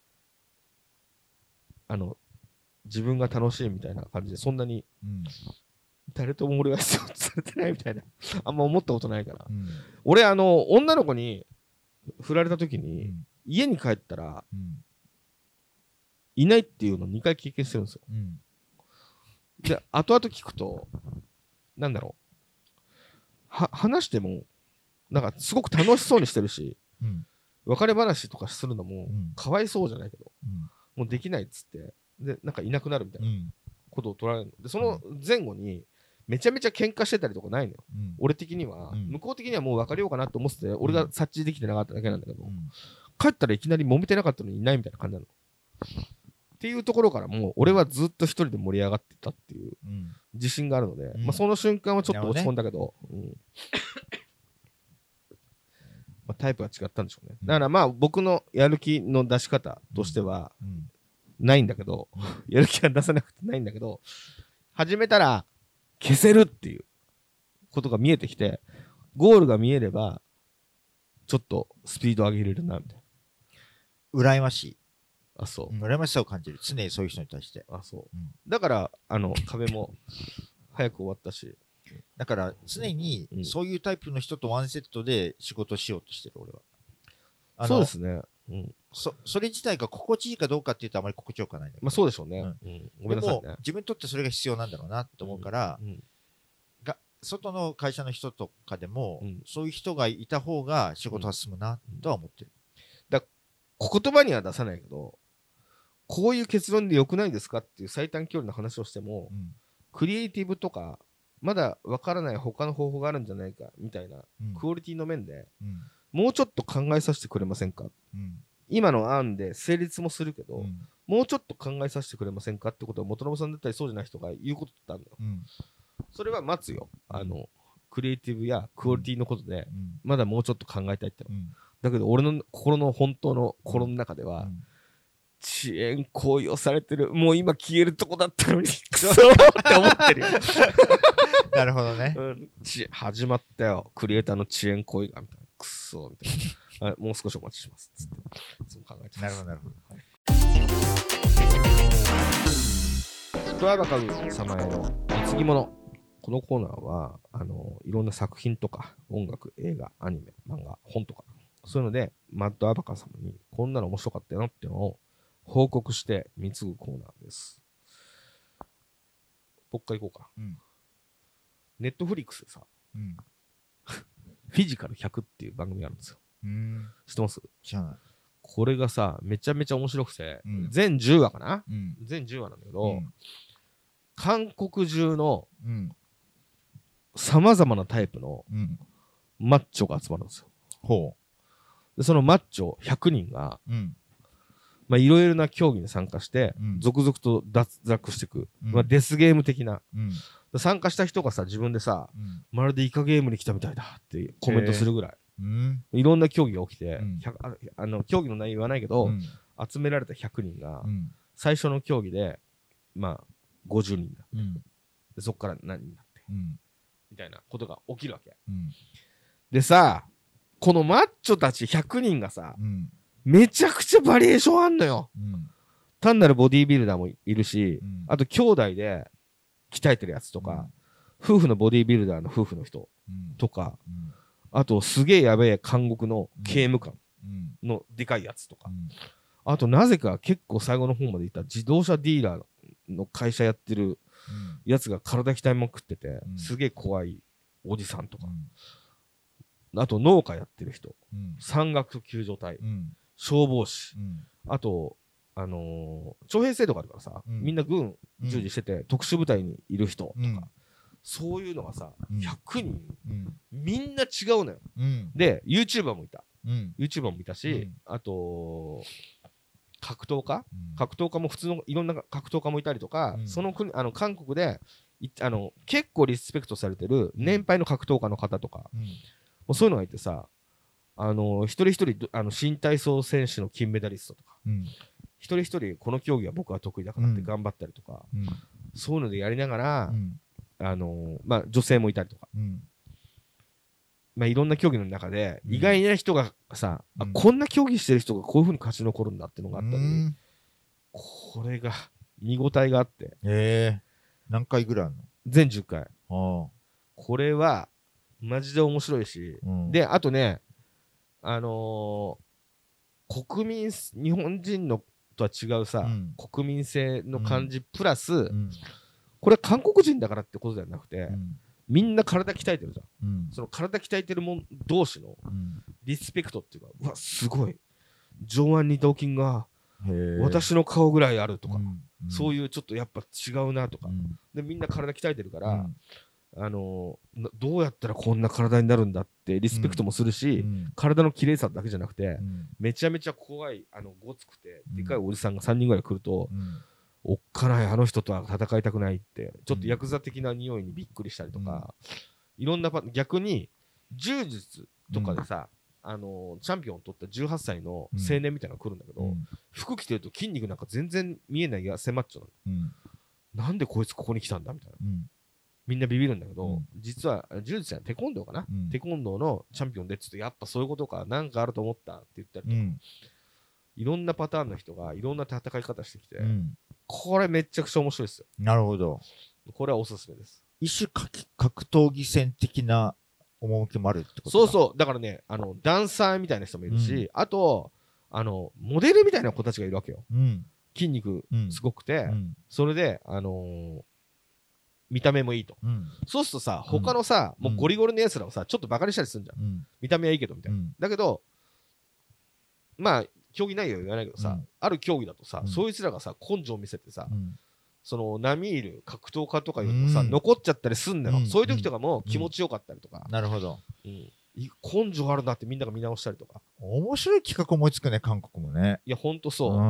自分が楽しいみたいな感じで、そんなに、誰とも俺は必要とされてないみたいな、あんま思ったことないから。俺、女の子に振られた時に、家に帰ったら、いないっていうのを2回経験してるんですよ。で、後々聞くと、なんだろう。話しても、なんかすごく楽しそうにしてるし、別れ話とかするのも、かわいそうじゃないけど、もうできないっつって、で、なんかいなくなるみたいなことを取られるの。で、その前後に、めちゃめちゃ喧嘩してたりとかないのよ。俺的には、向こう的にはもう別れようかなと思ってて、俺が察知できてなかっただけなんだけど、帰ったらいきなり揉めてなかったのにいないみたいな感じなの。っていうところからもう俺はずっと一人で盛り上がってたっていう自信があるので、その瞬間はちょっと落ち込んだけど、タイプが違ったんでしょうね。だからまあ僕のやる気の出し方としてはないんだけど、やる気が出さなくてないんだけど、始めたら消せるっていうことが見えてきて、ゴールが見えればちょっとスピード上げれるなみたいな。 羨ましい。 あ、そう。 羨ましさを感じる。常にそういう人に対して。 あ、そう。だから、壁も早く終わったし。 だから、常にそういうタイプの人とワンセットで仕事しようとしてる、俺は。 そうですね。 それ自体が心地いいかどうかっていうとあまり心地よくはないんだけど。 まあそうでしょうね。ごめんなさいね。 でも、自分にとってそれが必要なんだろうなと思うから、外の会社の人とかでも、そういう人がいた方が仕事が進むなとは思ってる。 言葉には出さないけど、こういう結論で良くないですかっていう最短距離の話をしても、クリエイティブとか、まだわからない他の方法があるんじゃないかみたいな、クオリティの面で、もうちょっと考えさせてくれませんか、今の案で成立もするけど、もうちょっと考えさせてくれませんかってことは元信さんだったりそうじゃない人が言うことってあるのよ。それは待つよ。クリエイティブやクオリティのことで、まだもうちょっと考えたいって。だけど俺の心の本当の心の中では、 遅延行為をされてる。もう今消えるとこだったのに、くそーって思ってるよ。 なるほどね。 始まったよ。クリエイターの遅延行為が、みたいな。くそーみたいな。もう少しお待ちします。つって。そう考えてます。 なるほど、なるほど。 トラバカル様への貢ぎ物。このコーナーは、いろんな作品とか、音楽、映画、アニメ、漫画、本とか、そういうので、マッドアバカ様に、こんなの面白かったよっていうのを報告して貢ぐコーナーです。僕から行こうか。ネットフリックスでさ、フィジカル100っていう番組があるんですよ。知ってます？ 知らない。 これがさ、めちゃめちゃ面白くて、全10話かな、全10話なんだけど、韓国中の様々なタイプのマッチョが集まるんですよ。でそのマッチョ100人が、まあいろいろな競技に参加して、続々と脱落していく、まあ、デスゲーム的な、参加した人がさ、自分でさ、まるでイカゲームに来たみたいだってコメントするぐらい、いろんな競技が起きて、競技の内容言わないけど、集められた100人が、最初の競技で、まあ50人だ、でそこから何人になって、みたいなことが起きるわけ、でさ、このマッチョたち100人がさ、めちゃくちゃバリエーションあんのよ、単なるボディービルダーもいるし、あと兄弟で鍛えてるやつとか、夫婦のボディービルダーの夫婦の人とか、あとすげえやべえ監獄の刑務官のでかいやつとか、あとなぜか結構最後の方までいた自動車ディーラーの会社やってるやつが体鍛えまくってて、すげえ怖いおじさんとか、あと農家やってる人、山岳救助隊、消防士、あと徴兵制度があるからさ、みんな軍従事してて特殊部隊にいる人とか、そういうのがさ、100人、みんな違うのよ。で YouTuber もいた、YouTuber もいたし、あと格闘家も普通のいろんな格闘家もいたりとか、その国韓国で結構リスペクトされてる年配の格闘家の方とか、もうそういうのがいてさ、一人一人新体操選手の金メダリストとか、一人一人この競技は僕は得意だからって頑張ったりとか、そういうのでやりながら、まあ、女性もいたりとか、まあ、いろんな競技の中で意外な人がさ、こんな競技してる人がこういう風に勝ち残るんだっていうのがあったのに、これが見応えがあって。 何回ぐらいあるの？ 全10回。これはマジで面白いし、であとね、国民、日本人のとは違うさ、国民性の感じプラス、これは韓国人だからってことではなくて、みんな体鍛えてるじゃん、その体鍛えてる者同士のリスペクトっていうか、うわすごい上腕二頭筋が私の顔ぐらいあるとか、そういうちょっとやっぱ違うなとか、でみんな体鍛えてるから、どうやったらこんな体になるんだってリスペクトもするし、体の綺麗さだけじゃなくて、めちゃめちゃ怖いごつくてでかいおじさんが3人ぐらい来ると、おっかないあの人とは戦いたくないってちょっとヤクザ的な匂いにびっくりしたりとか、いろんな逆に柔術とかでさ、チャンピオンを取った18歳の青年みたいなのが来るんだけど、服着てると筋肉なんか全然見えない痩せマッチョなの、なんでこいつここに来たんだみたいな、みんなビビるんだけど、実は柔術じゃないテコンドーかな、テコンドーのチャンピオンでっつって、やっぱそういうことかなんかあると思ったって言ったりとか、いろんなパターンの人がいろんな戦い方してきて、これめちゃくちゃ面白いですよ。 なるほど。 これはおすすめです。 一種格闘技戦的な趣もあるってことだ。 そうそう、だからね、ダンサーみたいな人もいるし、あとモデルみたいな子たちがいるわけよ、筋肉すごくて、それで見た目もいいと、そうするとさ、他のさ、もうゴリゴリのやつらをさちょっとバカにしたりするんじゃん、見た目はいいけどみたいな、だけどまあ競技内容は言わないけどさ、ある競技だとさ、そいつらがさ根性を見せてさ、その並みいる格闘家とかいうのさ、残っちゃったりすんだよ、そういう時とかも気持ちよかったりとか、 なるほど、 根性あるなってみんなが見直したりとか。 面白い企画思いつくね、韓国もね。 いやほんとそう、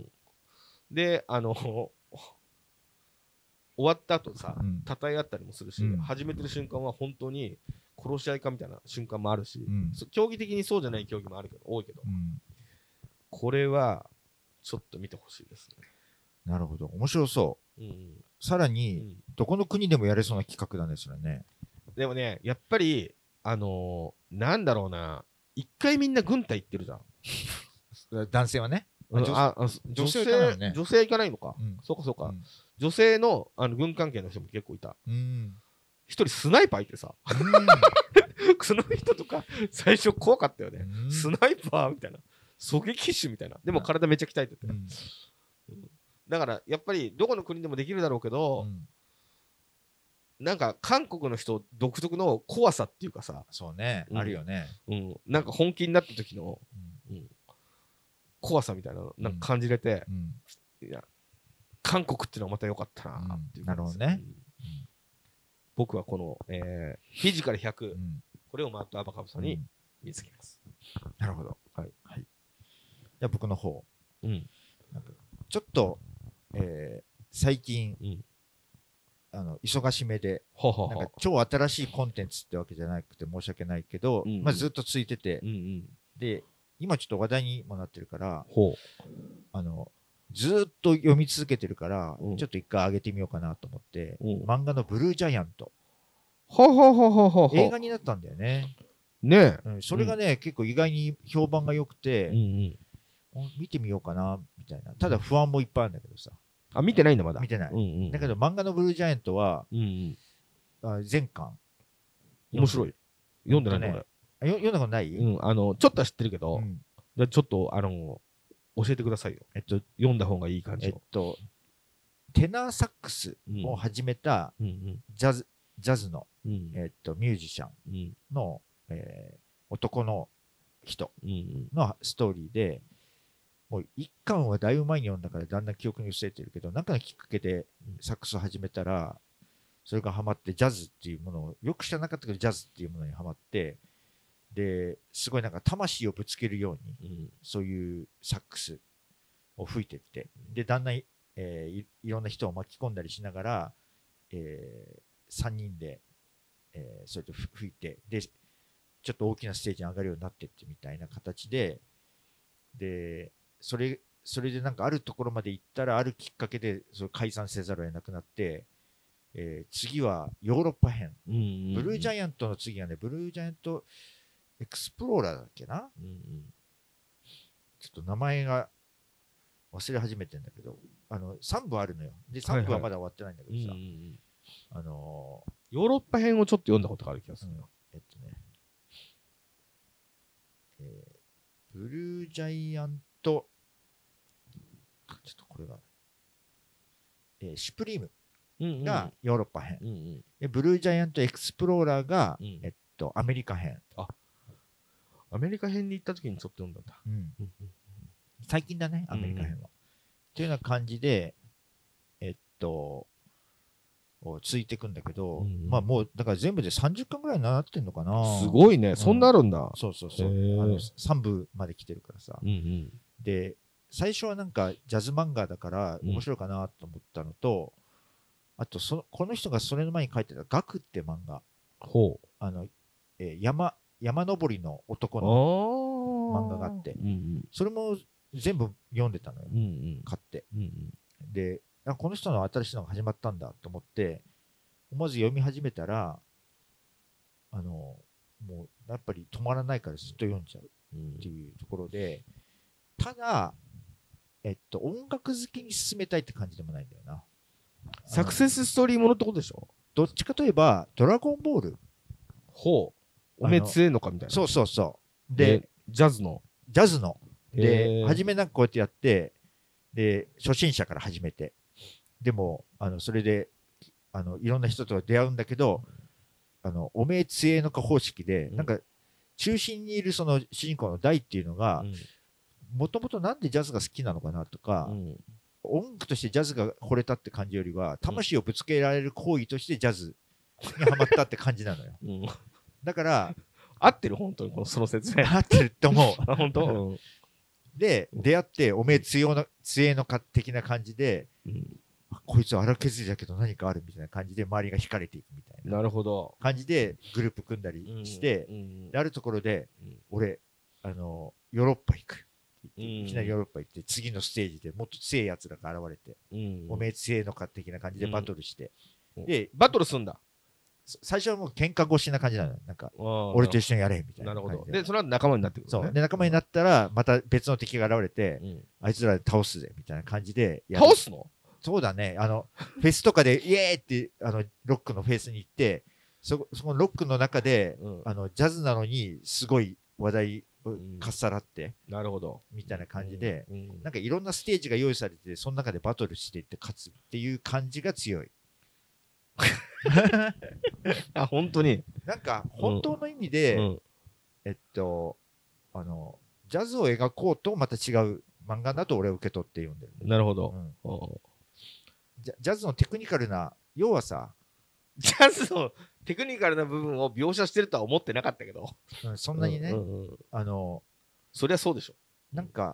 で終わった後さ、称え合ったりもするし、始めてる瞬間は本当に殺し合いかみたいな瞬間もあるし、競技的にそうじゃない競技もあるけど多いけど、これはちょっと見てほしいですね。 なるほど、面白そう。さらに、どこの国でもやれそうな企画だね、それね。 でもね、やっぱり、なんだろうな、一回みんな軍隊行ってるじゃん。 男性はね。女性は行かないのか。そうかそうか。女性の軍関係の人も結構いた。一人スナイパーいてさ、その人とか最初怖かったよね。スナイパーみたいな。狙撃手みたいな。でも体めっちゃ鍛えてて。だからやっぱりどこの国でもできるだろうけど、なんか韓国の人独特の怖さっていうかさ、 そうね、あるよね。 なんか本気になった時の怖さみたいなのなんか感じれて、いや韓国っていうのはまた良かったなっていう。 なるほどね。 僕はこのフィジカル100、これをマット・アバカブさんに見つけます。 なるほど。 はい。 じゃあ僕の方。なんかちょっと最近忙しめで、なんか超新しいコンテンツってわけじゃなくて申し訳ないけど、ずっとついてて、で今ちょっと話題にもなってるから、ずっと読み続けてるから、ちょっと一回上げてみようかなと思って、漫画のブルージャイアント、映画になったんだよね。それがね、結構意外に評判が良くて、見てみようかなみたいな。ただ不安もいっぱいあるんだけどさ。 見てないんだまだ。 見てない。だけど漫画のブルージャイアントは全巻面白い。読んでないね。 読んだことない？ ちょっとは知ってるけど、じゃちょっと教えてくださいよ。読んだ方がいい感じ。 テナーサックスを始めたジャズのミュージシャンの男の人のストーリーで、もう一巻はだいぶ前に読んだからだんだん記憶に薄れてるけど、何かのきっかけでサックスを始めたらそれがハマって、ジャズっていうものをよく知らなかったけどジャズっていうものにハマって、ですごいなんか魂をぶつけるように、そういうサックスを吹いてって、でだんだん、いろんな人を巻き込んだりしながら、3人で、それと吹いて、でちょっと大きなステージに上がるようになってってみたいな形で、それでなんかあるところまで行ったら、あるきっかけでそれ解散せざるを得なくなって、次はヨーロッパ編、ブルージャイアントの次はね、ブルージャイアントエクスプローラーだっけな、ちょっと名前が忘れ始めてんだけど、3部あるのよ。で3部はまだ終わってないんだけどさ、 ヨーロッパ編をちょっと読んだことがある気がする。 ブルージャイアント、ちょっとこれが、シュプリームがヨーロッパ編、でブルージャイアントエクスプローラーが、アメリカ編。 アメリカ編に行った時にちょっと読んだんだ。 最近だね、アメリカ編は。っていうような感じで、ついていくんだけど、まあもうだから全部で30巻ぐらいになってんのかな。 すごいね、そんなあるんだ。 そう3部まで来てるからさ。で最初はなんかジャズ漫画だから面白いかなと思ったのと、あとこの人がそれの前に書いてた「ガク」って漫画、山登りの男の漫画があって、それも全部読んでたのよ、買って。でこの人の新しいのが始まったんだと思って思わず読み始めたら、もうやっぱり止まらないからずっと読んじゃうっていうところで、ただ音楽好きに進めたいって感じでもないんだよな。 サクセスストーリーものってことでしょ。 どっちかといえばドラゴンボール、 おめえ強えのかみたいな。 そうでジャズので初めなんかこうやってやって、で初心者から始めて、でもそれでいろんな人と出会うんだけど、おめえ強えのか方式で、なんか中心にいるその主人公の大っていうのが、もともとなんでジャズが好きなのかなとか、音楽としてジャズが惚れたって感じよりは魂をぶつけられる行為としてジャズにハマったって感じなのよ。だから合ってる、本当にその説明合ってるって思う。 本当で出会って、おめえ強えのか的な感じで、こいつは荒削りだけど何かあるみたいな感じで周りが惹かれていくみたいな感じでグループ組んだりして、であるところで俺ヨーロッパ行くってっていきなりヨーロッパ行って次のステージでもっと強いやつらが現れて、おめえ強えのか的な感じでバトルして、 でバトルすんだ。 最初はもう喧嘩越しな感じなのよ。なんか俺と一緒にやれみたいな。 なるほど。でその後仲間になってくる。 そうで仲間になったらまた別の敵が現れて、あいつらで倒すぜみたいな感じで倒すの？ そうだね。フェスとかでイエーってロックのフェスに行って、そのロックの中で、ジャズなのにすごい話題かっさらって、 なるほどみたいな感じで、なんかいろんなステージが用意されて、その中でバトルしていって勝つっていう感じが強い。 あ、本当になんか本当の意味で、ジャズを描こうとまた違う漫画だと俺は受け取って読んでる。 なるほど。 ジャズのテクニカルな、要はさ、 ジャズのテクニカルな部分を描写してるとは思ってなかったけど、 そんなにね、 そりゃそうでしょ。 なんか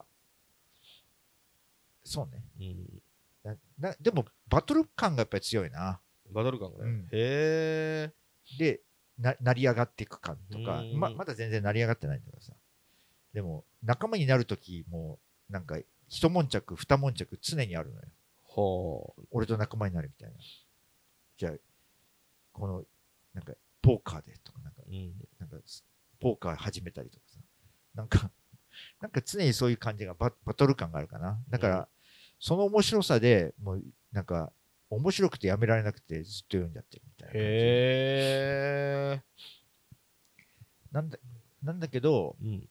そうね、でもバトル感がやっぱり強いな。 バトル感がね、へえ。 で成り上がっていく感とか、まだ全然成り上がってないんだからさ、でも仲間になる時もなんか一悶着二悶着常にあるのよ。俺と仲間になるみたいな。じゃあこのなんかポーカーでとかなんかポーカー始めたりとかさ、なんか常にそういう感じがバトル感があるかな。だからその面白さでもうなんか面白くてやめられなくてずっと読んじゃってるみたいな感じ。 へー。なんだけど、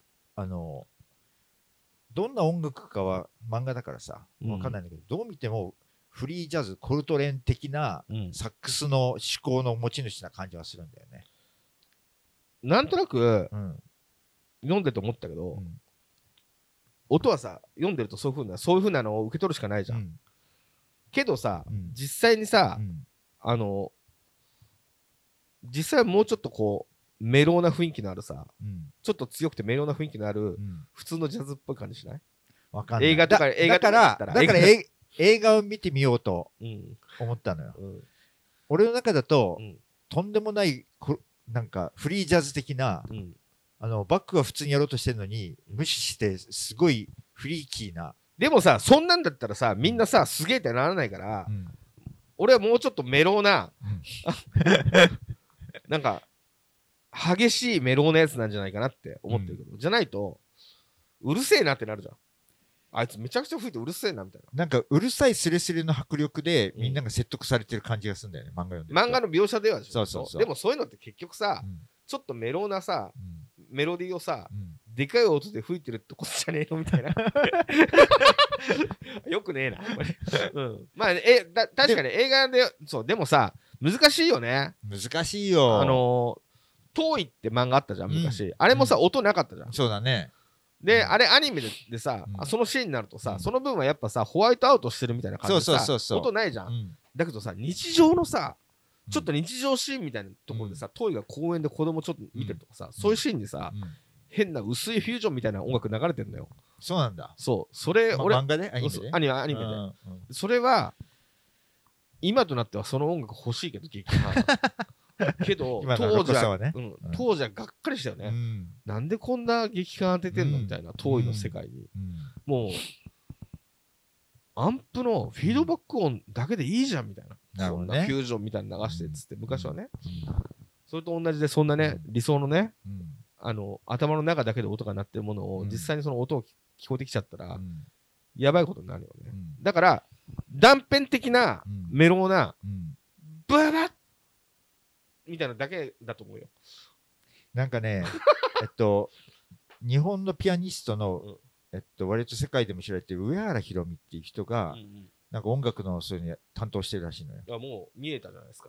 どんな音楽かは漫画だからさ分かんないんだけど、どう見てもフリージャズコルトレーン的なサックスの思考の持ち主な感じはするんだよね。 なんとなく、読んでて思ったけど、音はさ読んでるとそういうふうなのを受け取るしかないじゃん。けどさ、実際にさ、実際はもうちょっとこうメローな雰囲気のあるさ、ちょっと強くてメローな雰囲気のある、普通のジャズっぽい感じしない？ わかんない。 映画とかだから映画を見てみようと思ったのよ。俺の中だと、とんでもないなんかフリージャズ的な、バックは普通にやろうとしてるのに無視してすごいフリーキーな。 でもさ、そんなんだったらさ、みんなさすげえってならないから、俺はもうちょっとメローな、なんか激しいメローなやつなんじゃないかなって思ってるけど、じゃないとうるせえなってなるじゃん。あいつめちゃくちゃ吹いてうるせえなみたいな。 なんかうるさいスレスレの迫力でみんなが説得されてる感じがするんだよね、漫画読んでると。 漫画の描写ではでしょ。 そうでもそういうのって結局さ、ちょっとメローなさ、メロディーをさ、でかい音で吹いてるってことじゃねえのみたいな。よくねえな。まあ確かに映画でそうでもさ難しいよね。 難しいよ。 遠いって漫画あったじゃん昔。あれもさ音なかったじゃん。 そうだね。 であれアニメでさそのシーンになるとさその分はやっぱさホワイトアウトしてるみたいな感じでさ音ないじゃん。だけどさ日常のさちょっと日常シーンみたいなところでさトイが公園で子供ちょっと見てるとかさそういうシーンでさ変な薄いフュージョンみたいな音楽流れてんだよ。 そうなんだ。 そうそれ俺漫画でアニメでそれは今となってはその音楽欲しいけど劇版けど当時はがっかりしたよね。なんでこんな劇感当ててんのみたいな遠いの世界にもうアンプのフィードバック音だけでいいじゃんみたいな、そんなフュージョンみたいなの流してっつって昔はね、それと同じでそんなね理想のね頭の中だけで音が鳴ってるものを実際にその音を聞こえてきちゃったらやばいことになるよね。だから断片的なメローなブワバッみたいなだけだと思うよ。 なんかね日本のピアニストの割と世界でも知られてる上原ひろみっていう人がなんか音楽のそういうの担当してるらしいのよ。 もう見えたじゃないですか。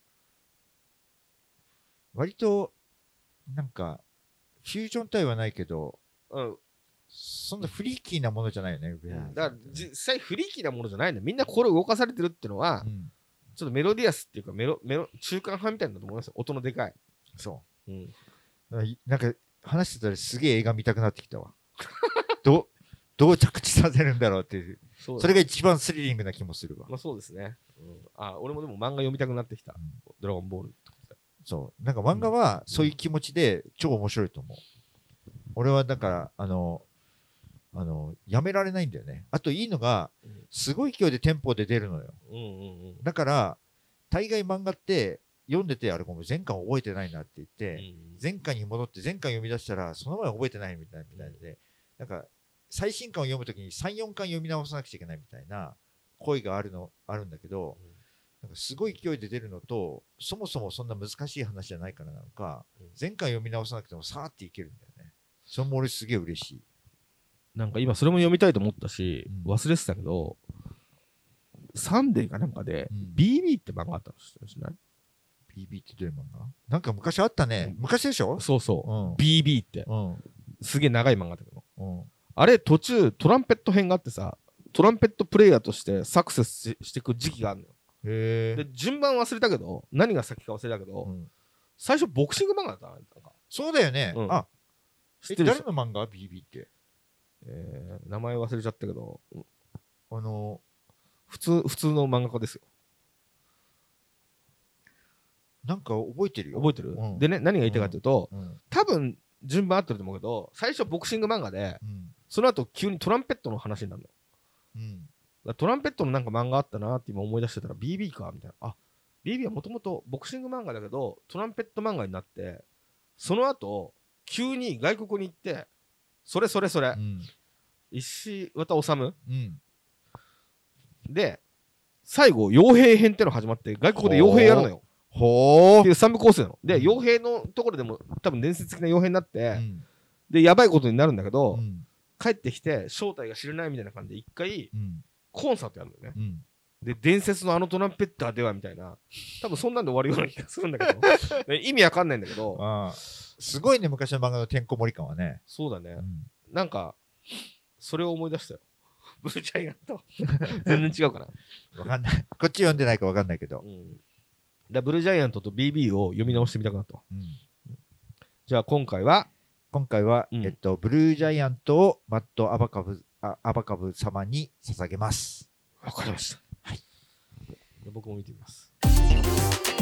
割となんかフュージョン体はないけど、そんなフリーキーなものじゃないよね。 だから実際フリーキーなものじゃないんだよ。みんな心動かされてるっていうのは、ちょっとメロディアスっていうか中間派みたいなんだと思いますよ。音のでかい。 そう。なんか話してたらすげえ映画見たくなってきたわ。どう着地させるんだろうっていう。それが一番スリリングな気もするわ。 まあそうですね。俺もでも漫画読みたくなってきた。ドラゴンボールとか。 そうなんか漫画はそういう気持ちで超面白いと思う。俺はだからやめられないんだよね。あといいのがすごい勢いでテンポで出るのよ。だから大概漫画って読んでてあれもう前巻覚えてないなって言って、前巻に戻って前巻読み出したらその前覚えてないみたいで、なんか最新巻を読むときに3、4巻読み直さなくちゃいけないみたいな声があるんだけど、なんかすごい勢いで出るのと、そもそもそんな難しい話じゃないからなのか、前巻読み直さなくてもさーっていけるんだよね。それも俺すげえ嬉しい。 なんか今それも読みたいと思ったし、忘れてたけど、サンデーかなんかで、BB って漫画あったの知らない？ BB ってどういう漫画？なんか昔あったね。昔でしょ？ そうそう。BB って。すげえ長い漫画だけど。あれ途中トランペット編があってさ、トランペットプレイヤーとしてサクセスしていく時期があるのよ。で、順番忘れたけど、何が先か忘れたけど、最初ボクシング漫画だったな。 そうだよね。あ、知ってる？誰の漫画 BB って。 名前忘れちゃったけど、普通の漫画家ですよ。 なんか覚えてるよ。 覚えてる？でね、何が言いたいかというと、多分順番合ってると思うけど、最初ボクシング漫画で、その後急にトランペットの話になるの。トランペットのなんか漫画あったなって今思い出してたら BB かみたいな。あ、BB はもともとボクシング漫画だけどトランペット漫画になって、その後急に外国に行って、それ、石渡治、で最後傭兵編っての始まって外国で傭兵やるのよ。っていう3部構成なので、傭兵のところでも多分伝説的な傭兵になって、でやばいことになるんだけど、帰ってきて正体が知れないみたいな感じで一回コンサートやるんだよね。で伝説のあのトランペッターではみたいな、多分そんなんで終わるような気がするんだけど意味わかんないんだけど、 すごいね、昔の漫画のてんこ盛り感はね。 そうだね、なんかそれを思い出したよ。ブルージャイアント全然違うかな。 わかんない。こっち読んでないかわかんないけど、 ブルージャイアントと BB を読み直してみたくなった。じゃあ今回は、 ブルージャイアントをマット・アバカブ様に捧げます。 わかりました。はい。僕も見てみます。